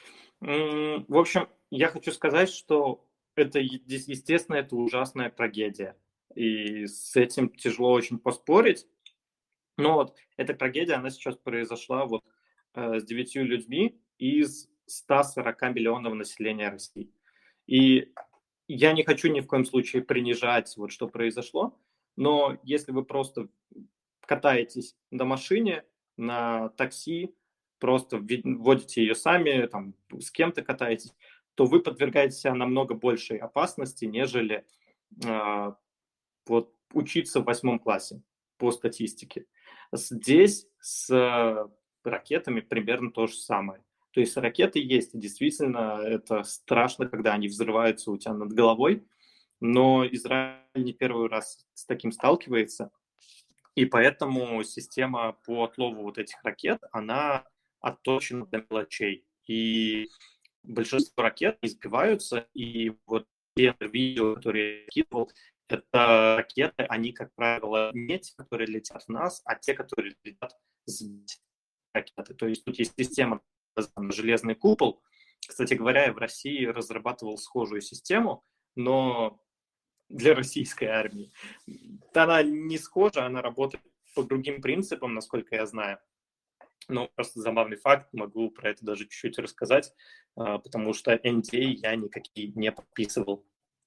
В общем, я хочу сказать, что это, естественно, это ужасная трагедия. И с этим тяжело очень поспорить. Но вот эта трагедия, она сейчас произошла вот э, с девятью людьми из ста сорока миллионов населения России. И я не хочу ни в коем случае принижать вот что произошло, но если вы просто катаетесь на машине, на такси, просто вводите ее сами, там, с кем-то катаетесь, то вы подвергаете себя намного большей опасности, нежели э, вот, учиться в восьмом классе по статистике. Здесь с э, ракетами примерно то же самое. То есть ракеты есть, и действительно это страшно, когда они взрываются у тебя над головой, но Израиль не первый раз с таким сталкивается, и поэтому система по отлову вот этих ракет, она отточена до мелочей. И большинство ракет не сбиваются, и вот те видео, которые я скидывал, это ракеты, они, как правило, не те, которые летят в нас, а те, которые летят сбить ракеты. То есть тут есть система, железный купол. Кстати говоря, я в России разрабатывал схожую систему, но для российской армии. Она не схожа, она работает по другим принципам, насколько я знаю. Ну, просто забавный факт, могу про это даже чуть-чуть рассказать, потому что эн ди эй я никакие не подписывал.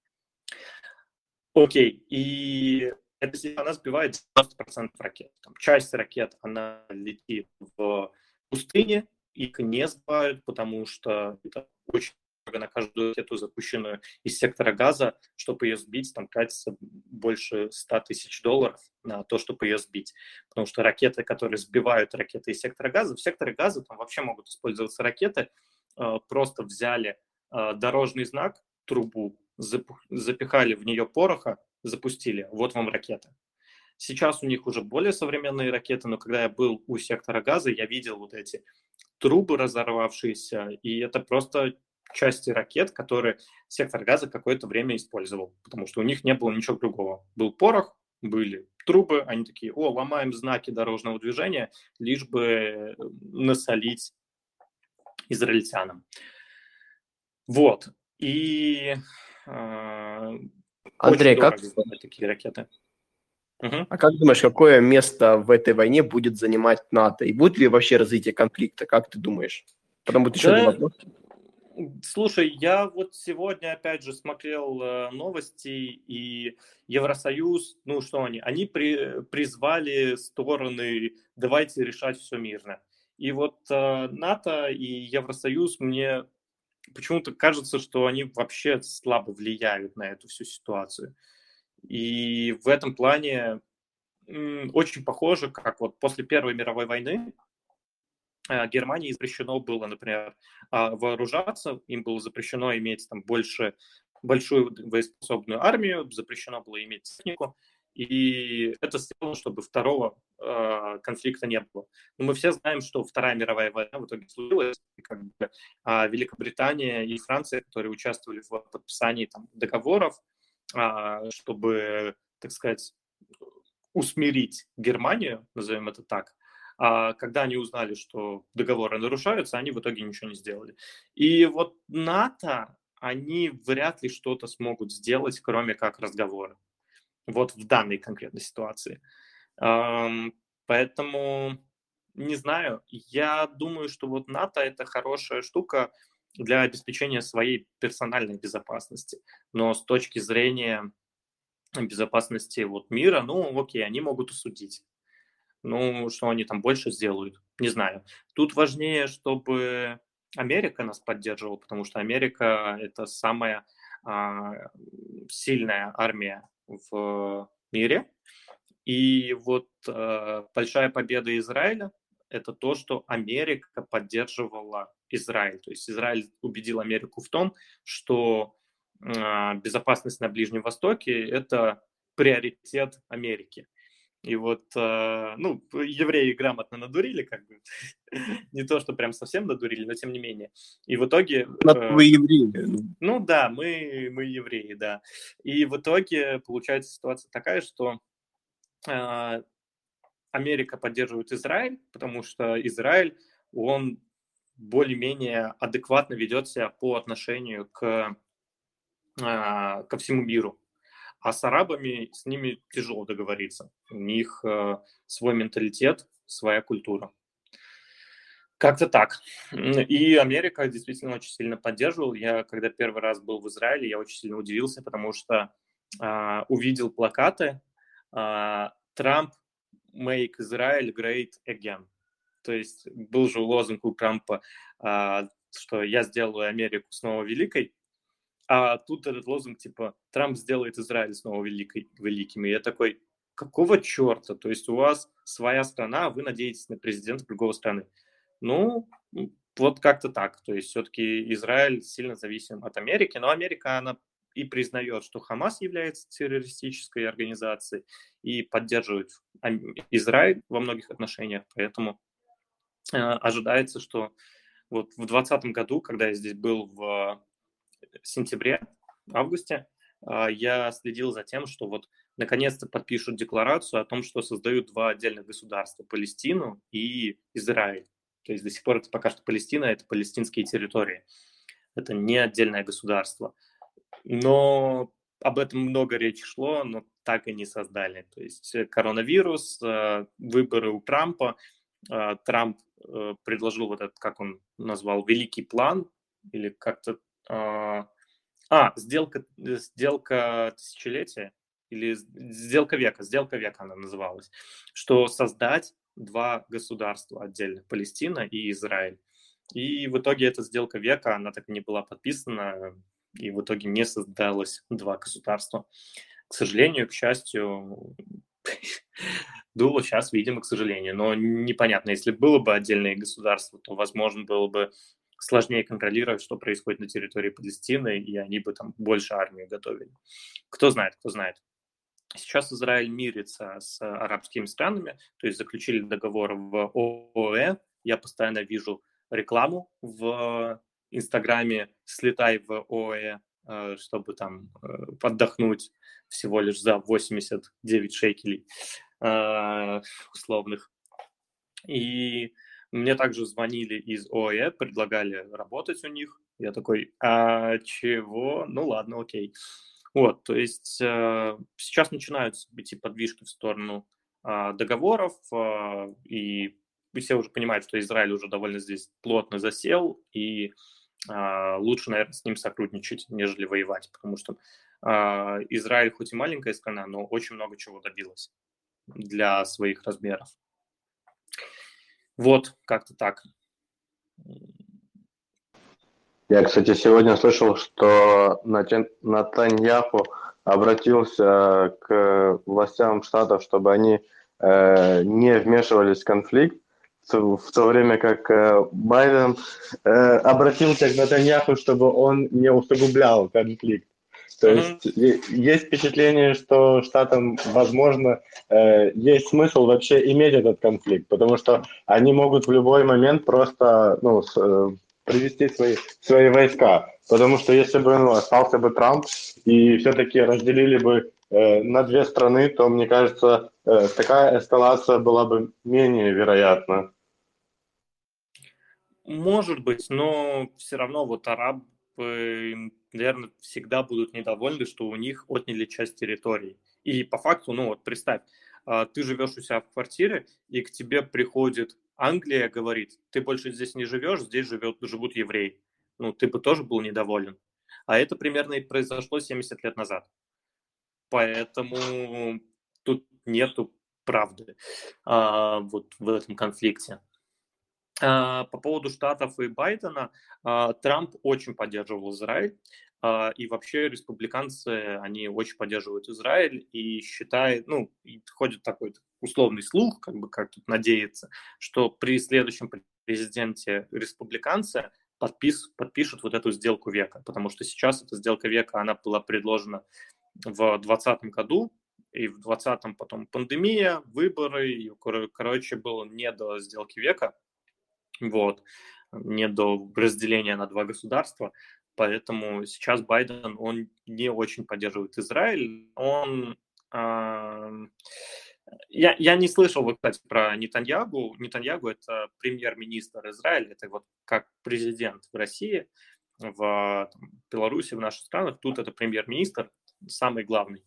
Окей, и эта она сбивает девяносто процентов ракет. Там, часть ракет, она летит в пустыне, их не сбивают, потому что это очень дорого на каждую ракету, запущенную из сектора газа. Чтобы ее сбить, там тратится больше ста тысяч долларов на то, чтобы ее сбить. Потому что ракеты, которые сбивают ракеты из сектора газа, в секторе газа там вообще могут использоваться ракеты, просто взяли дорожный знак, трубу, запихали в нее пороха, запустили, вот вам ракета. Сейчас у них уже более современные ракеты, но когда я был у сектора газа, я видел вот эти трубы разорвавшиеся, и это просто части ракет, которые сектор газа какое-то время использовал, потому что у них не было ничего другого. Был порох, были трубы, они такие: о, ломаем знаки дорожного движения, лишь бы насолить израильтянам. Вот. И э, Андрей, очень как... дорого такие ракеты. Угу. А как думаешь, какое место в этой войне будет занимать НАТО? И будет ли вообще развитие конфликта? Как ты думаешь? Потом будет еще да, один вопрос. Слушай, я вот сегодня опять же смотрел э, новости, и Евросоюз, ну что они, они при- призвали стороны, давайте решать все мирно. И вот э, НАТО и Евросоюз, мне почему-то кажется, что они вообще слабо влияют на эту всю ситуацию. И в этом плане м, очень похоже, как вот после Первой мировой войны э, Германии запрещено было, например, а, вооружаться, им было запрещено иметь там больше, большую боеспособную армию, запрещено было иметь технику, и это сделано, чтобы второго э, конфликта не было. Но мы все знаем, что Вторая мировая война в итоге случилась, и как бы, а Великобритания и Франция, которые участвовали в подписании там, договоров, а, чтобы, так сказать, усмирить Германию, назовем это так, а когда они узнали, что договоры нарушаются, они в итоге ничего не сделали. И вот НАТО, они вряд ли что-то смогут сделать, кроме как разговоры. Вот в данной конкретной ситуации. Ам, Поэтому, не знаю, я думаю, что вот НАТО это хорошая штука для обеспечения своей персональной безопасности. Но с точки зрения безопасности вот мира, ну окей, они могут осудить. Ну, что они там больше сделают, не знаю. Тут важнее, чтобы Америка нас поддерживала, потому что Америка – это самая а, сильная армия в мире. И вот а, большая победа Израиля – это то, что Америка поддерживала Израиль. То есть Израиль убедил Америку в том, что а, безопасность на Ближнем Востоке – это приоритет Америки. И вот, э, ну, евреи грамотно надурили, как бы, не то, что прям совсем надурили, но тем не менее. И в итоге, На э, вы евреи. ну да, мы, мы евреи, да. И в итоге получается ситуация такая, что э, Америка поддерживает Израиль, потому что Израиль, он более-менее адекватно ведет себя по отношению к, э, ко всему миру. А с арабами, с ними тяжело договориться. У них э, свой менталитет, своя культура. Как-то так. И Америка действительно очень сильно поддерживала. Я, когда первый раз был в Израиле, я очень сильно удивился, потому что а, увидел плакаты а, «Трамп make Israel great again». То есть был же лозунг у Трампа, а, что «я сделаю Америку снова великой», а тут этот лозунг типа «Трамп сделает Израиль снова великой, великим». И я такой, какого черта? То есть у вас своя страна, а вы надеетесь на президента другой страны. Ну, вот как-то так. То есть все-таки Израиль сильно зависим от Америки, но Америка, она и признает, что Хамас является террористической организацией, и поддерживает Израиль во многих отношениях. Поэтому э, ожидается, что вот в двадцатом году, когда я здесь был в сентябре, августе, а, я следил за тем, что вот наконец-то подпишут декларацию о том, что создают два отдельных государства – Палестину и Израиль. То есть до сих пор это пока что Палестина – это палестинские территории. Это не отдельное государство. Но об этом много речи шло, но так и не создали. То есть коронавирус, выборы у Трампа. Трамп предложил вот этот, как он назвал, великий план, или как-то а, сделка, сделка тысячелетия или сделка века, сделка века она называлась, что создать два государства отдельно, Палестина и Израиль. И в итоге эта сделка века, она так и не была подписана, и в итоге не создалось два государства. К сожалению, к счастью, дуло сейчас, видимо, к сожалению. Но непонятно, если было бы отдельное государство, то, возможно, было бы сложнее контролировать, что происходит на территории Палестины, и они бы там больше армию готовили. Кто знает, кто знает. Сейчас Израиль мирится с арабскими странами, то есть заключили договор в ООЭ. Я постоянно вижу рекламу в Инстаграме «Слетай в ООЭ», чтобы там отдохнуть всего лишь за восемьдесят девять шекелей условных. И мне также звонили из ООЭ, предлагали работать у них. Я такой, а чего? Ну ладно, окей. Вот, то есть э, сейчас начинаются идти подвижки в сторону э, договоров, э, и все уже понимают, что Израиль уже довольно здесь плотно засел, и лучше, наверное, с ним сотрудничать, нежели воевать, потому что Израиль хоть и маленькая страна, но очень много чего добилась для своих размеров. Вот, как-то так. Я, кстати, сегодня слышал, что Натаньяху обратился к властям штатов, чтобы они э, не вмешивались в конфликт, в то время как э, Байден э, обратился к Натаньяху, чтобы он не усугублял конфликт. То Mm-hmm. есть есть впечатление, что штатам, возможно, э, есть смысл вообще иметь этот конфликт, потому что они могут в любой момент просто ну, с, э, привести свои, свои войска. Потому что если бы ну, остался бы Трамп и все-таки разделили бы э, на две страны, то, мне кажется, э, такая эскалация была бы менее вероятна. Может быть, но все равно вот арабы, наверное, всегда будут недовольны, что у них отняли часть территории. И по факту, ну вот представь, ты живешь у себя в квартире, и к тебе приходит Англия, говорит, ты больше здесь не живешь, здесь живет, живут евреи. Ну, ты бы тоже был недоволен. А это примерно и произошло семьдесят лет назад. Поэтому тут нету правды а, вот в этом конфликте. По поводу Штатов и Байдена, Трамп очень поддерживал Израиль, и вообще республиканцы, они очень поддерживают Израиль и считают, ну, ходит такой условный слух, как бы как тут надеяться, что при следующем президенте республиканцы подпис, подпишут вот эту сделку века, потому что сейчас эта сделка века, она была предложена в двадцатом году, и в двадцатом потом пандемия, выборы, и, короче, было не до сделки века. Вот, не до разделения на два государства, поэтому сейчас Байден, он не очень поддерживает Израиль, он... Э, я, я не слышал, вот, кстати, про Нетаньягу. Нетаньягу – это премьер-министр Израиля, это вот как президент в России, в там, Беларуси, в наших странах, тут это премьер-министр, самый главный.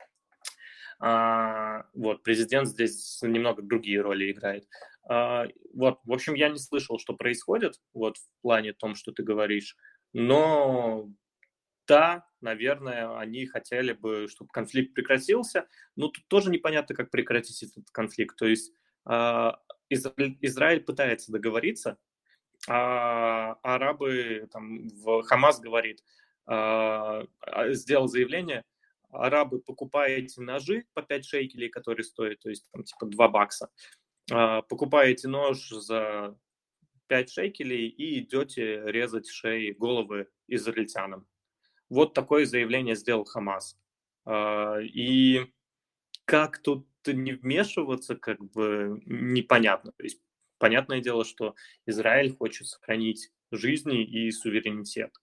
А, вот, президент здесь немного другие роли играет. А, вот, в общем, я не слышал, что происходит, вот, в плане том, что ты говоришь, но да, наверное, они хотели бы, чтобы конфликт прекратился, но тут тоже непонятно, как прекратить этот конфликт, то есть а, Израиль, Израиль пытается договориться, а арабы, там, в Хамас говорит, а, сделал заявление, арабы, покупаете ножи по пять шекелей, которые стоят, то есть там типа два бакса, покупаете нож за пять шекелей и идете резать шеи, головы израильтянам. Вот такое заявление сделал Хамас. И как тут не вмешиваться, как бы непонятно. То есть понятное дело, что Израиль хочет сохранить жизни и суверенитет.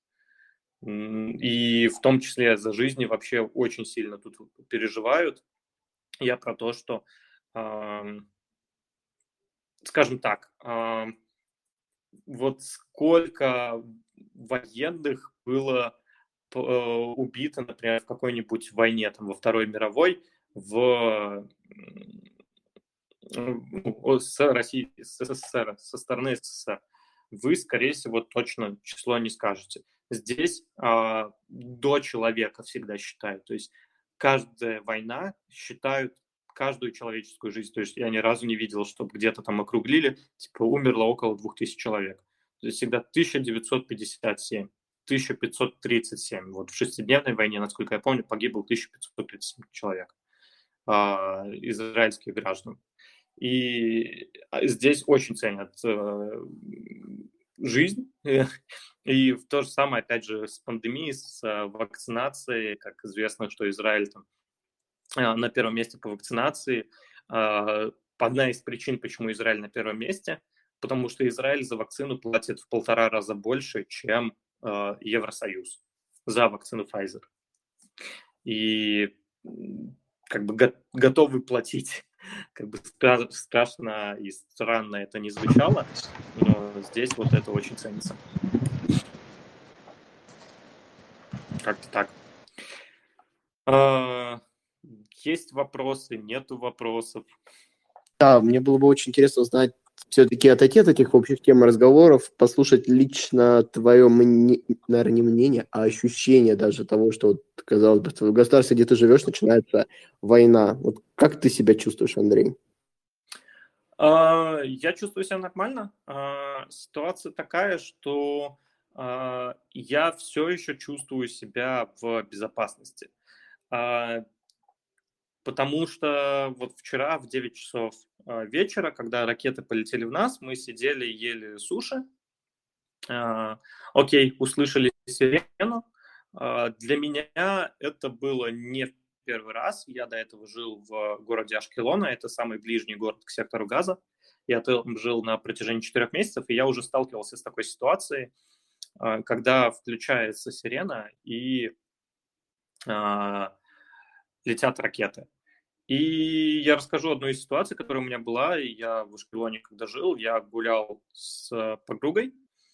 И в том числе за жизни вообще очень сильно тут переживают. Я про то, что, э, скажем так, э, вот сколько военных было э, убито, например, в какой-нибудь войне, там, во Второй мировой, в с России, с СССР, со стороны СССР. Вы, скорее всего, точно число не скажете. Здесь а, до человека всегда считают. То есть каждая война считают каждую человеческую жизнь. То есть я ни разу не видел, чтобы где-то там округлили, типа умерло около двух тысяч человек. То есть всегда тысяча девятьсот пятьдесят семь, тысяча пятьсот тридцать семь. Вот в шестидневной войне, насколько я помню, погибло тысяча пятьсот тридцать семь человек, а, израильских граждан. И здесь очень ценят э, жизнь. И в то же самое, опять же, с пандемией, с вакцинацией. Как известно, что Израиль там на первом месте по вакцинации. Одна из причин, почему Израиль на первом месте, потому что Израиль за вакцину платит в полтора раза больше, чем Евросоюз за вакцину Pfizer. И как бы готовы платить. Как бы страшно и странно это не звучало, но здесь вот это очень ценится. Как-то так. А, есть вопросы, нету вопросов? Да, мне было бы очень интересно узнать все-таки отойти от этих общих тем разговоров, послушать лично твое, мне, наверное, не мнение, а ощущение даже того, что, вот, казалось бы, в государстве, где ты живешь, начинается война. Вот как ты себя чувствуешь, Андрей? А, Я чувствую себя нормально. А, Ситуация такая, что а, я все еще чувствую себя в безопасности. А, Потому что вот вчера в девять часов а, вечера, когда ракеты полетели в нас, мы сидели и ели суши. А, Окей, услышали сирену. А, Для меня это было не в первый раз. Я до этого жил в городе Ашкелона. Это самый ближний город к сектору Газа. Я там жил на протяжении четырех месяцев, и я уже сталкивался с такой ситуацией, а, когда включается сирена и а, летят ракеты. И я расскажу одну из ситуаций, которая у меня была. Я в Ашкелоне, когда жил, я гулял с подругой,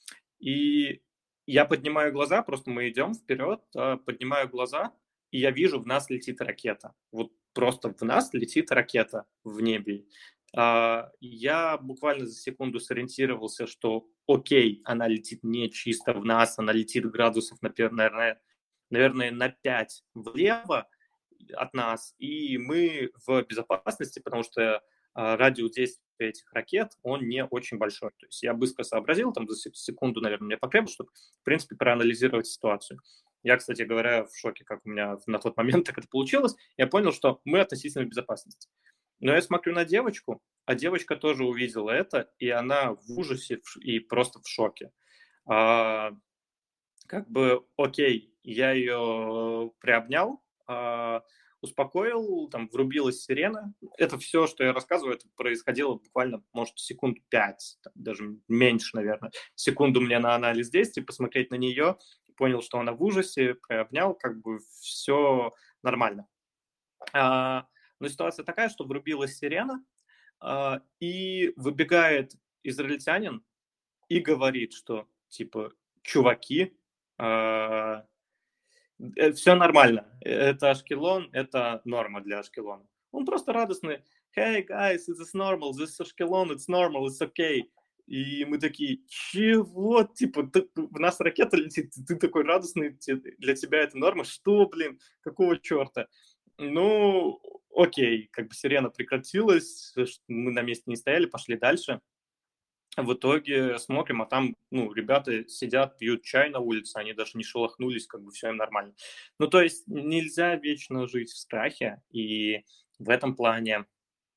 и я поднимаю глаза, просто мы идем вперед, а, поднимаю глаза, и я вижу, в нас летит ракета. Вот просто в нас летит ракета в небе. А, Я буквально за секунду сориентировался, что окей, она летит не чисто в нас, она летит градусов, наверное, наверное, на пять влево от нас, и мы в безопасности, потому что а, радиус действия этих ракет, он не очень большой. То есть я быстро сообразил, там за секунду, наверное, мне потребовалось, чтобы, в принципе, проанализировать ситуацию. Я, кстати говоря, в шоке, как у меня на тот момент так это получилось. Я понял, что мы относительно в безопасности. Но я смотрю на девочку, а девочка тоже увидела это, и она в ужасе и просто в шоке. А, как бы, окей, я ее приобнял, а, успокоил, там врубилась сирена. Это все, что я рассказываю, это происходило буквально, может, секунд пять, там, даже меньше, наверное. Секунду мне на анализ действий, посмотреть на нее, понял, что она в ужасе, приобнял, как бы все нормально. А, но ситуация такая, что врубилась сирена, а, и выбегает израильтянин и говорит, что, типа, чуваки, а, все нормально. Это Ашкелон, это норма для Ашкелона. Он просто радостный. Hey, guys, this is normal. This is Ашкелон, it's normal, it's okay. И мы такие, чего? Типа, ты, в нас ракета летит, ты такой радостный, для тебя это норма? Что, блин, какого черта? Ну, окей, как бы сирена прекратилась, мы на месте не стояли, пошли дальше. В итоге смотрим, а там, ну, ребята сидят, пьют чай на улице, они даже не шелохнулись, как бы все им нормально. Ну, то есть нельзя вечно жить в страхе, и в этом плане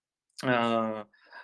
э,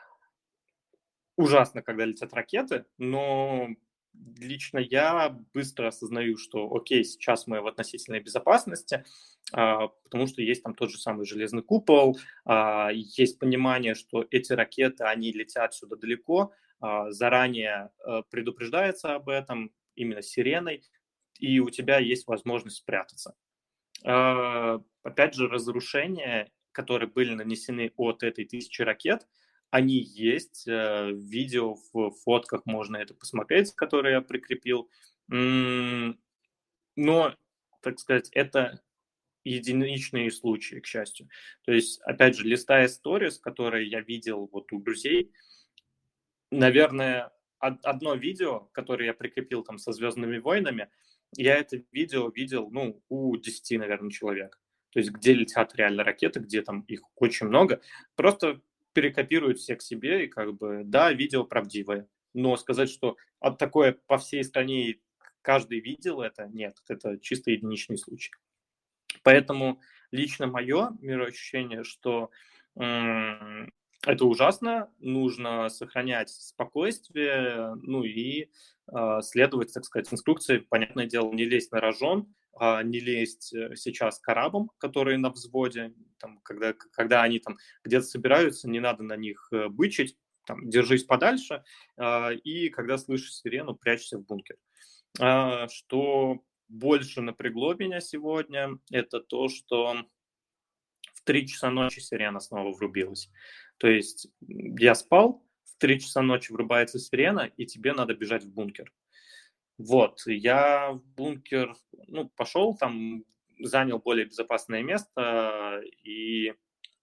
ужасно, когда летят ракеты, но лично я быстро осознаю, что окей, сейчас мы в относительной безопасности, а, потому что есть там тот же самый железный купол, а, есть понимание, что эти ракеты, они летят сюда далеко, а, заранее а, предупреждается об этом именно сиреной, и у тебя есть возможность спрятаться. А, Опять же, разрушения, которые были нанесены от этой тысячи ракет, они есть, э, в видео, в фотках можно это посмотреть, которые я прикрепил. М, Но, так сказать, это единичные случаи, к счастью. То есть, опять же, листая сторис, которые я видел вот у друзей, наверное, од- одно видео, которое я прикрепил там со «Звездными войнами», я это видео видел, ну, у десяти, наверное, человек. То есть где летят реально ракеты, где там их очень много. Просто перекопируют все к себе, и как бы, да, видео правдивое. Но сказать, что от такое по всей стране и каждый видел это, нет, это чисто единичный случай. Поэтому лично мое мироощущение, что м, это ужасно, нужно сохранять спокойствие, ну и э, следовать, так сказать, инструкции. Понятное дело, не лезть на рожон, а не лезть э, сейчас к арабам, которые на взводе, там, когда, когда они там где-то собираются, не надо на них э, бычить, там, держись подальше, э, и когда слышишь сирену, прячься в бункер. А, Что больше напрягло меня сегодня, это то, что в три часа ночи сирена снова врубилась. То есть я спал, в три часа ночи врубается сирена, и тебе надо бежать в бункер. Вот, я в бункер, ну, пошел, там занял более безопасное место, и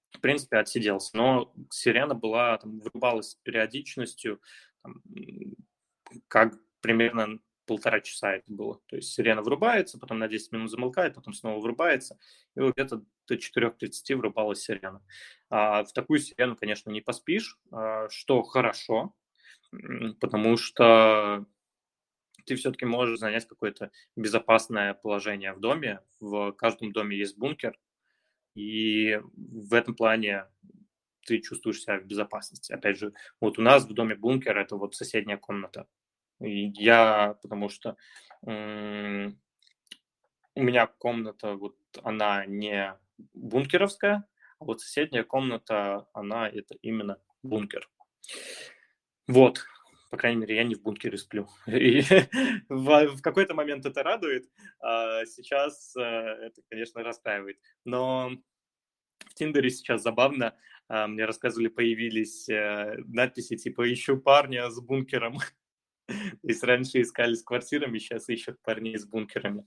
в принципе, отсиделся. Но сирена была, там, врубалась с периодичностью, там, как примерно полтора часа это было. То есть сирена врубается, потом на десять минут замолкает, потом снова врубается, и вот где-то до четырех тридцати врубалась сирена. А в такую сирену, конечно, не поспишь, а, что хорошо, потому что ты все-таки можешь занять какое-то безопасное положение в доме. В каждом доме есть бункер, и в этом плане ты чувствуешь себя в безопасности. Опять же, вот у нас в доме бункер – это вот соседняя комната. И я, потому что м, у меня комната, вот она не бункеровская, а вот соседняя комната, она это именно бункер. Вот, по крайней мере, я не в бункере сплю. И в, в какой-то момент это радует, а сейчас э, это, конечно, расстраивает. Но в Тиндере сейчас забавно, а, мне рассказывали, появились э, надписи типа «Ищу парня с бункером». То есть раньше искали с квартирами, сейчас ищут парней с бункерами.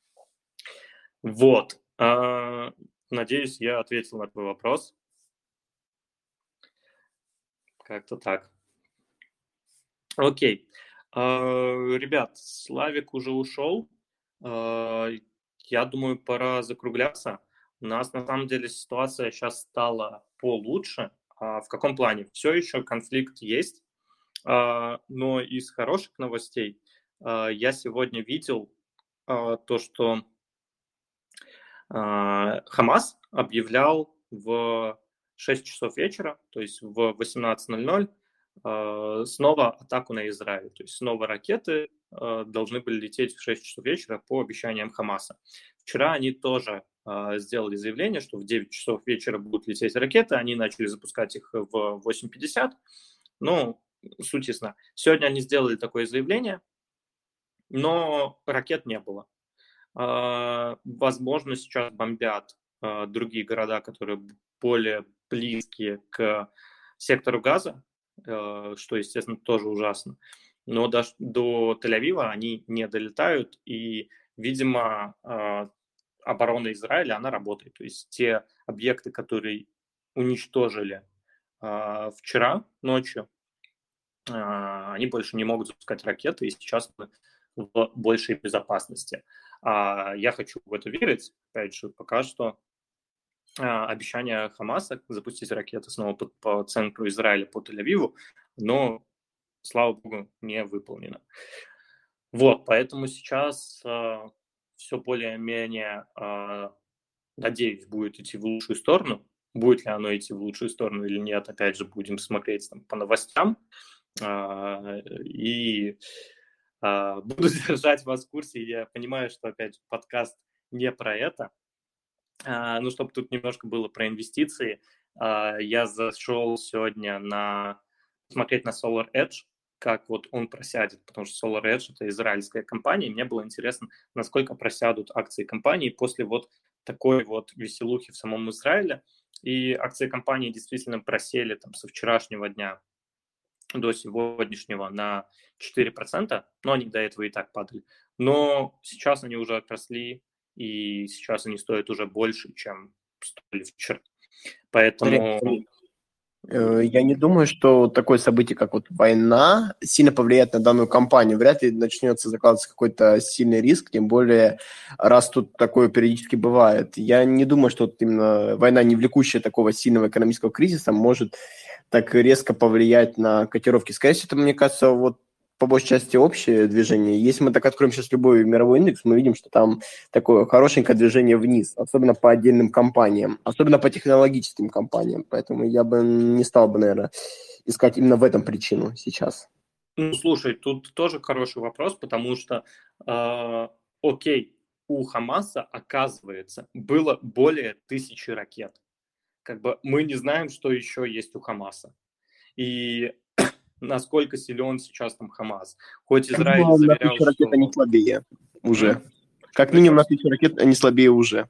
Вот. А, надеюсь, я ответил на твой вопрос. Как-то так. Окей. А, ребят, Славик уже ушел. А, я думаю, пора закругляться. У нас на самом деле ситуация сейчас стала получше. А в каком плане? Все еще конфликт есть, а, но из хороших новостей а, я сегодня видел а, то, что а, Хамас объявлял в шесть часов вечера, то есть в восемнадцать ноль ноль, а, снова атаку на Израиль. То есть снова ракеты а, должны были лететь в шесть часов вечера по обещаниям Хамаса. Вчера они тоже а, сделали заявление, что в девять часов вечера будут лететь ракеты. Они начали запускать их в восемь пятьдесят. Ну, суть ясна. Сегодня они сделали такое заявление, но ракет не было. Возможно, сейчас бомбят другие города, которые более близкие к сектору Газа, что, естественно, тоже ужасно. Но даже до Тель-Авива они не долетают, и, видимо, оборона Израиля, она работает. То есть те объекты, которые уничтожили вчера ночью, они больше не могут запускать ракеты, и сейчас мы в большей безопасности. А я хочу в это верить. Опять же, пока что а, обещание Хамаса запустить ракеты снова по, по центру Израиля, по Тель-Авиву, но, слава богу, не выполнено. Вот, поэтому сейчас а, все более-менее, а, надеюсь, будет идти в лучшую сторону. Будет ли оно идти в лучшую сторону или нет, опять же, будем смотреть там, по новостям. А, и а, буду держать вас в курсе. Я понимаю, что, опять же, подкаст не про это. А, ну, чтобы тут немножко было про инвестиции, а, я зашел сегодня на смотреть на SolarEdge, как вот он просядет, потому что SolarEdge – это израильская компания, и мне было интересно, насколько просядут акции компании после вот такой вот веселухи в самом Израиле. И акции компании действительно просели там со вчерашнего дня до сегодняшнего на четыре процента, но они до этого и так падали. Но сейчас они уже отросли, и сейчас они стоят уже больше, чем стоили вчера. Поэтому... Я не думаю, что такое событие, как вот война, сильно повлияет на данную компанию. Вряд ли начнется закладываться какой-то сильный риск, тем более, раз тут такое периодически бывает. Я не думаю, что вот именно война, не влекущая такого сильного экономического кризиса, может так резко повлиять на котировки. Скорее всего, это, мне кажется, вот по большей части общее движение. Если мы так откроем сейчас любой мировой индекс, мы видим, что там такое хорошенькое движение вниз, особенно по отдельным компаниям, особенно по технологическим компаниям. Поэтому я бы не стал бы, наверное, искать именно в этом причину сейчас. Ну, слушай, тут тоже хороший вопрос, потому что, э, окей, у Хамаса, оказывается, было более тысячи ракет. Как бы мы не знаем, что еще есть у Хамаса. И насколько силен сейчас там Хамас. Хоть Израиль ну, заверял, на ракет что... они слабее уже. Mm? Как Что минимум на тысячу ракет они слабее уже.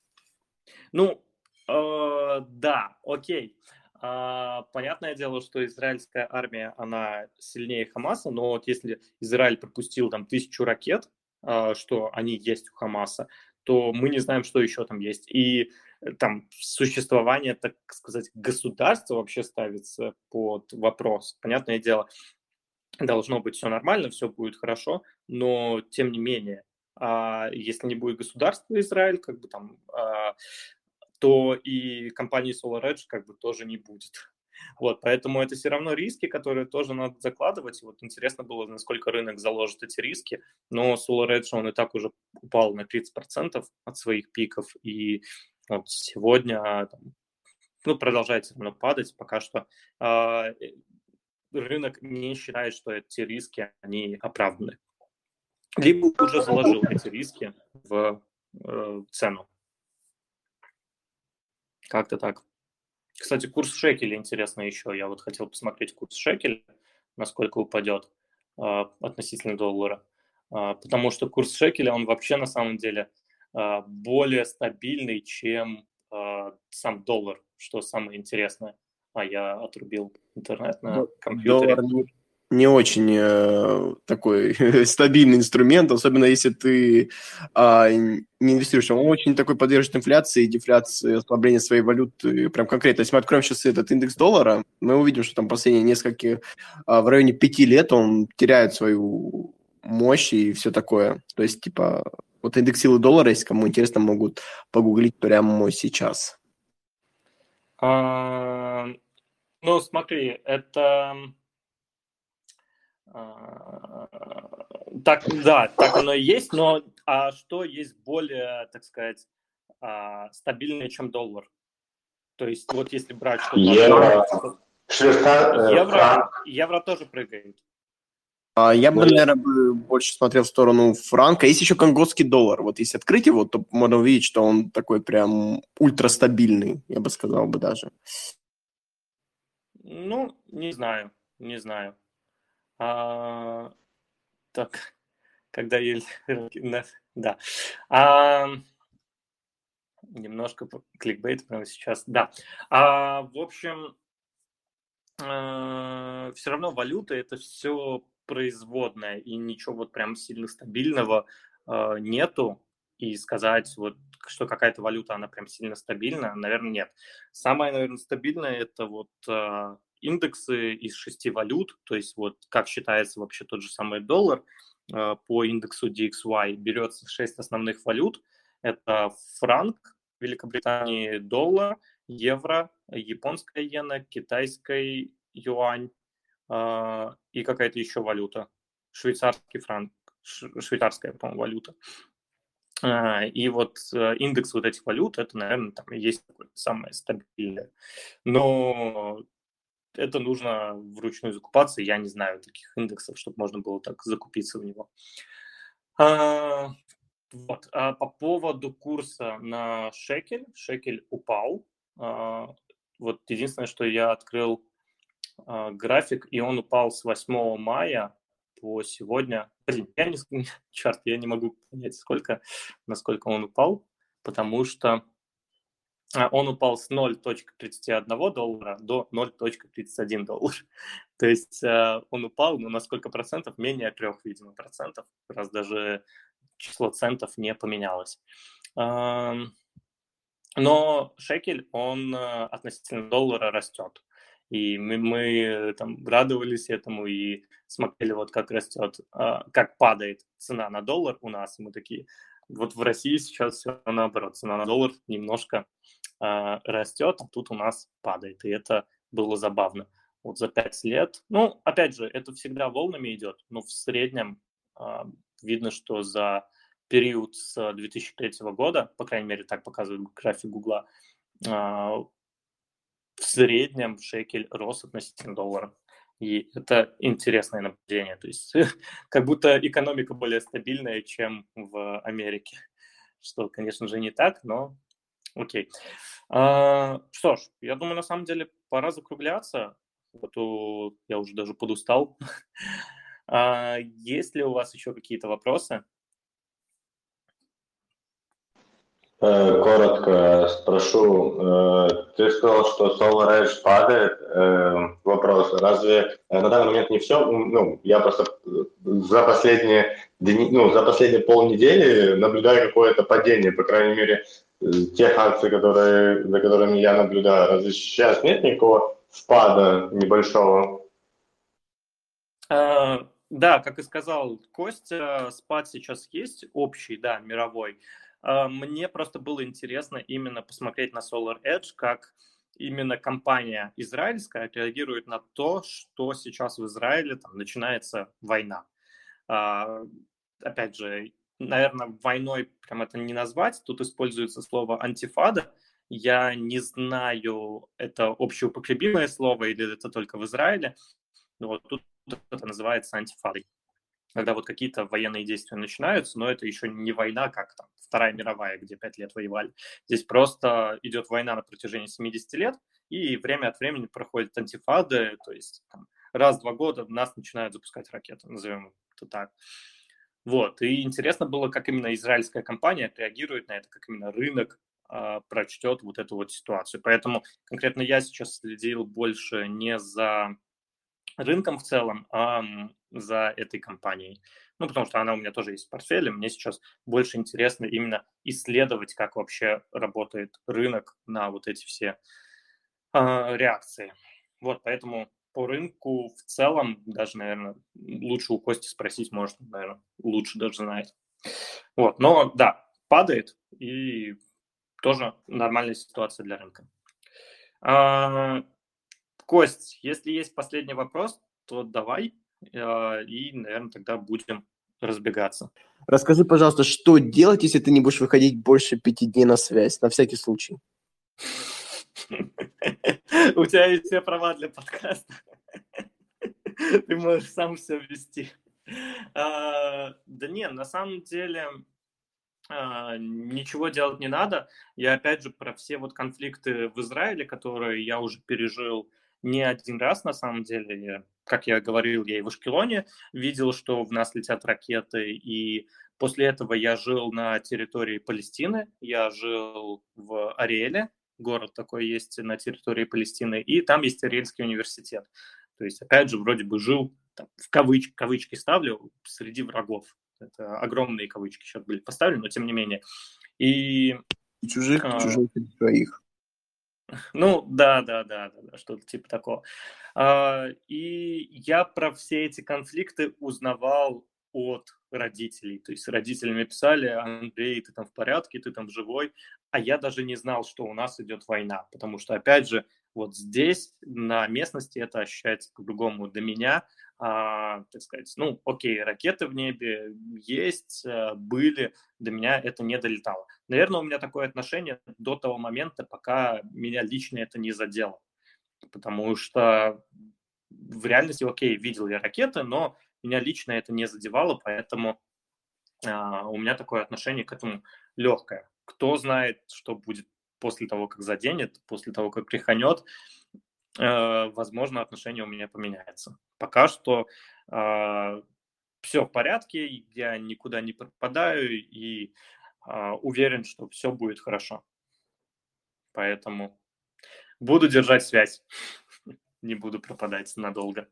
Ну, э, да, окей. А, понятное дело, что израильская армия, она сильнее Хамаса, но вот если Израиль пропустил там тысячу ракет, а, что они есть у Хамаса, то мы не знаем, что еще там есть. И там существование, так сказать, государства вообще ставится под вопрос. Понятное дело, должно быть все нормально, все будет хорошо, но тем не менее, а если не будет государства Израиль, как бы там, а, то и компании SolarEdge как бы тоже не будет. Вот, поэтому это все равно риски, которые тоже надо закладывать. Вот интересно было, насколько рынок заложит эти риски, но SolarEdge, он и так уже упал на тридцать процентов от своих пиков, и вот сегодня там, ну, продолжает все равно падать. Пока что э, рынок не считает, что эти риски, они оправданы. Либо уже заложил эти риски в э, цену. Как-то так. Кстати, курс шекеля интересно еще. Я вот хотел посмотреть курс шекеля, насколько упадет э, относительно доллара. Э, потому что курс шекеля, он вообще на самом деле э, более стабильный, чем э, сам доллар, что самое интересное. А я отрубил интернет на компьютере. Доллар не, не очень э, такой стабильный инструмент, особенно если ты э, не инвестируешь. Он очень такой подвержен инфляции, дефляции, ослаблению своей валюты. Прям конкретно. Если мы откроем сейчас этот индекс доллара, мы увидим, что там последние несколько, э, в районе пяти лет он теряет свою мощь и все такое. То есть, типа, вот индекс силы доллара, если кому интересно, могут погуглить прямо сейчас. А, ну, смотри, это... Так, да, так оно и есть, но а что есть более, так сказать, стабильное, чем доллар? То есть вот если брать что-то... Евро, евро, евро тоже прыгает. Я бы, наверное, больше смотрел в сторону франка. Есть еще конгольский доллар. Вот если открыть его, то можно увидеть, что он такой прям ультрастабильный, я бы сказал бы даже. Ну, не знаю, не знаю. А, так, когда я... Да. А, немножко кликбейт прямо сейчас. Да. А, в общем, а, все равно валюта – это все производное, и ничего вот прям сильно стабильного а, нету. И сказать, вот, что какая-то валюта, она прям сильно стабильна, наверное, нет. Самое, наверное, стабильное – это вот... А, индексы из шести валют, то есть вот как считается вообще тот же самый доллар э, по индексу ди экс уай, берется шесть основных валют. Это франк Великобритании, доллар, евро, японская иена, китайская юань э, и какая-то еще валюта. Швейцарский франк, швейцарская, по-моему, валюта. Uh, и вот uh, индекс вот этих валют, это, наверное, там и есть такое самое стабильное. Но это нужно вручную закупаться. Я не знаю таких индексов, чтобы можно было так закупиться в него. А, вот. А по поводу курса на шекель. Шекель упал. А, вот единственное, что я открыл а, график, и он упал с восьмого мая по сегодня. Блин, я не, черт, я не могу понять, сколько, насколько он упал, потому что он упал с ноль целых тридцать один доллара до ноль целых тридцать один доллар. То есть э, он упал, но на сколько процентов? Менее трех, видимо, процентов, раз даже число центов не поменялось. Э, но шекель, он э, относительно доллара растет. И мы, мы там радовались этому и смотрели, вот как растет, э, как падает цена на доллар у нас. И мы такие, вот в России сейчас все наоборот, цена на доллар немножко э, растет, а тут у нас падает. И это было забавно. Вот за пять лет, ну, опять же, это всегда волнами идет, но в среднем э, видно, что за период с две тысячи третьего года, по крайней мере, так показывает график Гугла, э, в среднем шекель рос относительно доллара. И это интересное наблюдение. То есть как будто экономика более стабильная, чем в Америке. Что, конечно же, не так, но окей. А, что ж, я думаю, на самом деле пора закругляться. Вот у... я уже даже подустал. А, есть ли у вас еще какие-то вопросы? Коротко спрошу. Ты сказал, что SolarEdge падает. Вопрос. Разве на данный момент не все? Ну, я просто за последние дни, ну, за последние полнедели наблюдаю какое-то падение, по крайней мере, тех акций, которые, за которыми я наблюдаю, разве сейчас нет никакого спада небольшого? А, да, как и сказал Костя, спад сейчас есть общий, да, мировой. А, мне просто было интересно именно посмотреть на SolarEdge, как именно компания израильская реагирует на то, что сейчас в Израиле там начинается война. А, опять же, наверное, войной прям это не назвать, тут используется слово антифада. Я не знаю, это общеупотребимое слово или это только в Израиле, но вот тут это называется антифадой. Когда вот какие-то военные действия начинаются, но это еще не война, как там Вторая мировая, где пять лет воевали. Здесь просто идет война на протяжении семидесяти лет, и время от времени проходят антифады, то есть там, раз в два года нас начинают запускать ракеты, назовем это так. Вот, и интересно было, как именно израильская компания реагирует на это, как именно рынок э, прочтет вот эту вот ситуацию. Поэтому конкретно я сейчас следил больше не за рынком в целом, а за этой компанией. Ну, потому что она у меня тоже есть в портфеле. Мне сейчас больше интересно именно исследовать, как вообще работает рынок на вот эти все э, реакции. Вот, поэтому по рынку в целом даже, наверное, лучше у Кости спросить, может, наверное, лучше даже знает. Вот, но да, падает, и тоже нормальная ситуация для рынка. А, Кость, если есть последний вопрос, то давай, и, наверное, тогда будем разбегаться. Расскажи, пожалуйста, что делать, если ты не будешь выходить больше пяти дней на связь, на всякий случай? У тебя есть все права для подкаста. Ты можешь сам все вести. Да не, на самом деле ничего делать не надо. Я опять же про все вот конфликты в Израиле, которые я уже пережил не один раз, на самом деле. Как я говорил, я и в Ашкелоне видел, что в нас летят ракеты, и после этого я жил на территории Палестины, я жил в Ариэле, город такой есть на территории Палестины, и там есть Ариэльский университет. То есть, опять же, вроде бы жил, там, в кавычки, кавычки ставлю, среди врагов. Это огромные кавычки сейчас были поставлены, но тем не менее. И чужих, а, чужих и своих. Ну, да, да, да, да, да, что-то типа такого. А, и я про все эти конфликты узнавал от родителей. То есть родители мне писали: Андрей, ты там в порядке, ты там живой. А я даже не знал, что у нас идет война. Потому что, опять же, вот здесь, на местности, это ощущается по-другому. До меня, а, так сказать, ну, окей, ракеты в небе есть, были, до меня это не долетало. Наверное, у меня такое отношение до того момента, пока меня лично это не задело. Потому что в реальности, окей, видел я ракеты, но меня лично это не задевало, поэтому а, у меня такое отношение к этому легкое. Кто знает, что будет после того, как заденет, после того, как приханет, э, возможно, отношение у меня поменяется. Пока что э, все в порядке, я никуда не пропадаю и э, уверен, что все будет хорошо. Поэтому буду держать связь, не буду пропадать надолго.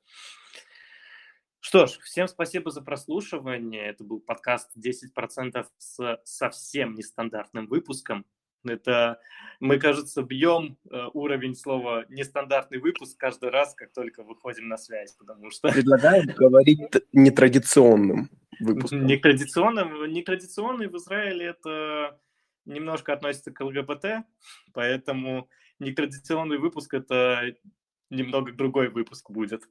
Что ж, всем спасибо за прослушивание. Это был подкаст десять процентов с совсем нестандартным выпуском. Это, мы, кажется, бьем э, уровень слова «нестандартный выпуск» каждый раз, как только выходим на связь, потому что... Предлагаю говорить нетрадиционным выпуском. Нетрадиционным, нетрадиционный в Израиле это немножко относится к ЛГБТ, поэтому нетрадиционный выпуск – это немного другой выпуск будет.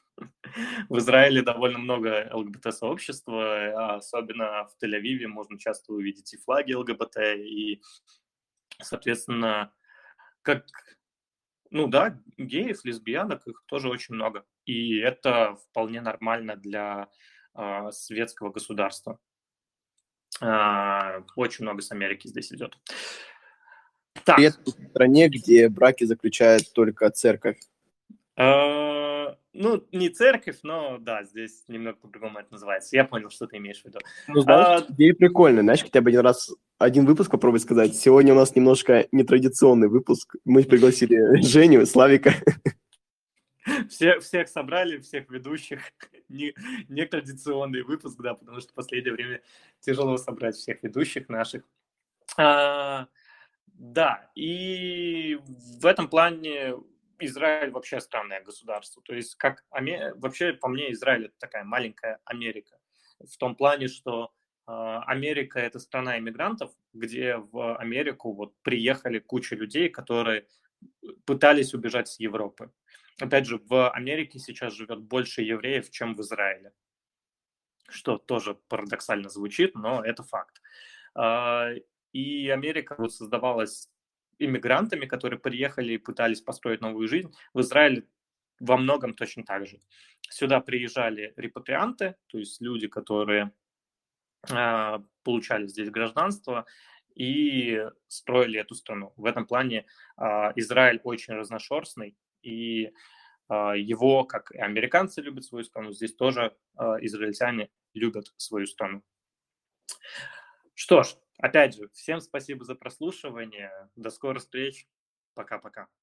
В Израиле довольно много ЛГБТ-сообщества, особенно в Тель-Авиве можно часто увидеть и флаги ЛГБТ, и, соответственно, как, ну да, геев, лесбиянок, их тоже очень много. И это вполне нормально для э, светского государства. Э, очень много с Америки здесь идет. Так. Это в стране, где браки заключает только церковь. Uh, ну, не церковь, но да, здесь немного по-другому это называется. Я понял, что ты имеешь в виду. Ну, знаешь, uh, идея прикольная. Знаешь, хотя бы один раз, один выпуск попробуй сказать. Сегодня у нас немножко нетрадиционный выпуск. Мы пригласили Женю, Славика. Все, всех собрали, всех ведущих. Не, нетрадиционный выпуск, да, потому что в последнее время тяжело собрать всех ведущих наших. Uh, Да, и в этом плане Израиль вообще странное государство. То есть, как Аме... вообще, по мне, Израиль это такая маленькая Америка. В том плане, что э, Америка это страна иммигрантов, где в Америку вот приехали куча людей, которые пытались убежать с Европы. Опять же, в Америке сейчас живет больше евреев, чем в Израиле. Что тоже парадоксально звучит, но это факт. И Америка вот создавалась иммигрантами, которые приехали и пытались построить новую жизнь. В Израиле во многом точно так же. Сюда приезжали репатрианты, то есть люди, которые э, получали здесь гражданство и строили эту страну. В этом плане э, Израиль очень разношерстный, и э, его, как и американцы любят свою страну, здесь тоже э, израильтяне любят свою страну. Что ж, опять же, всем спасибо за прослушивание. До скорых встреч. Пока-пока.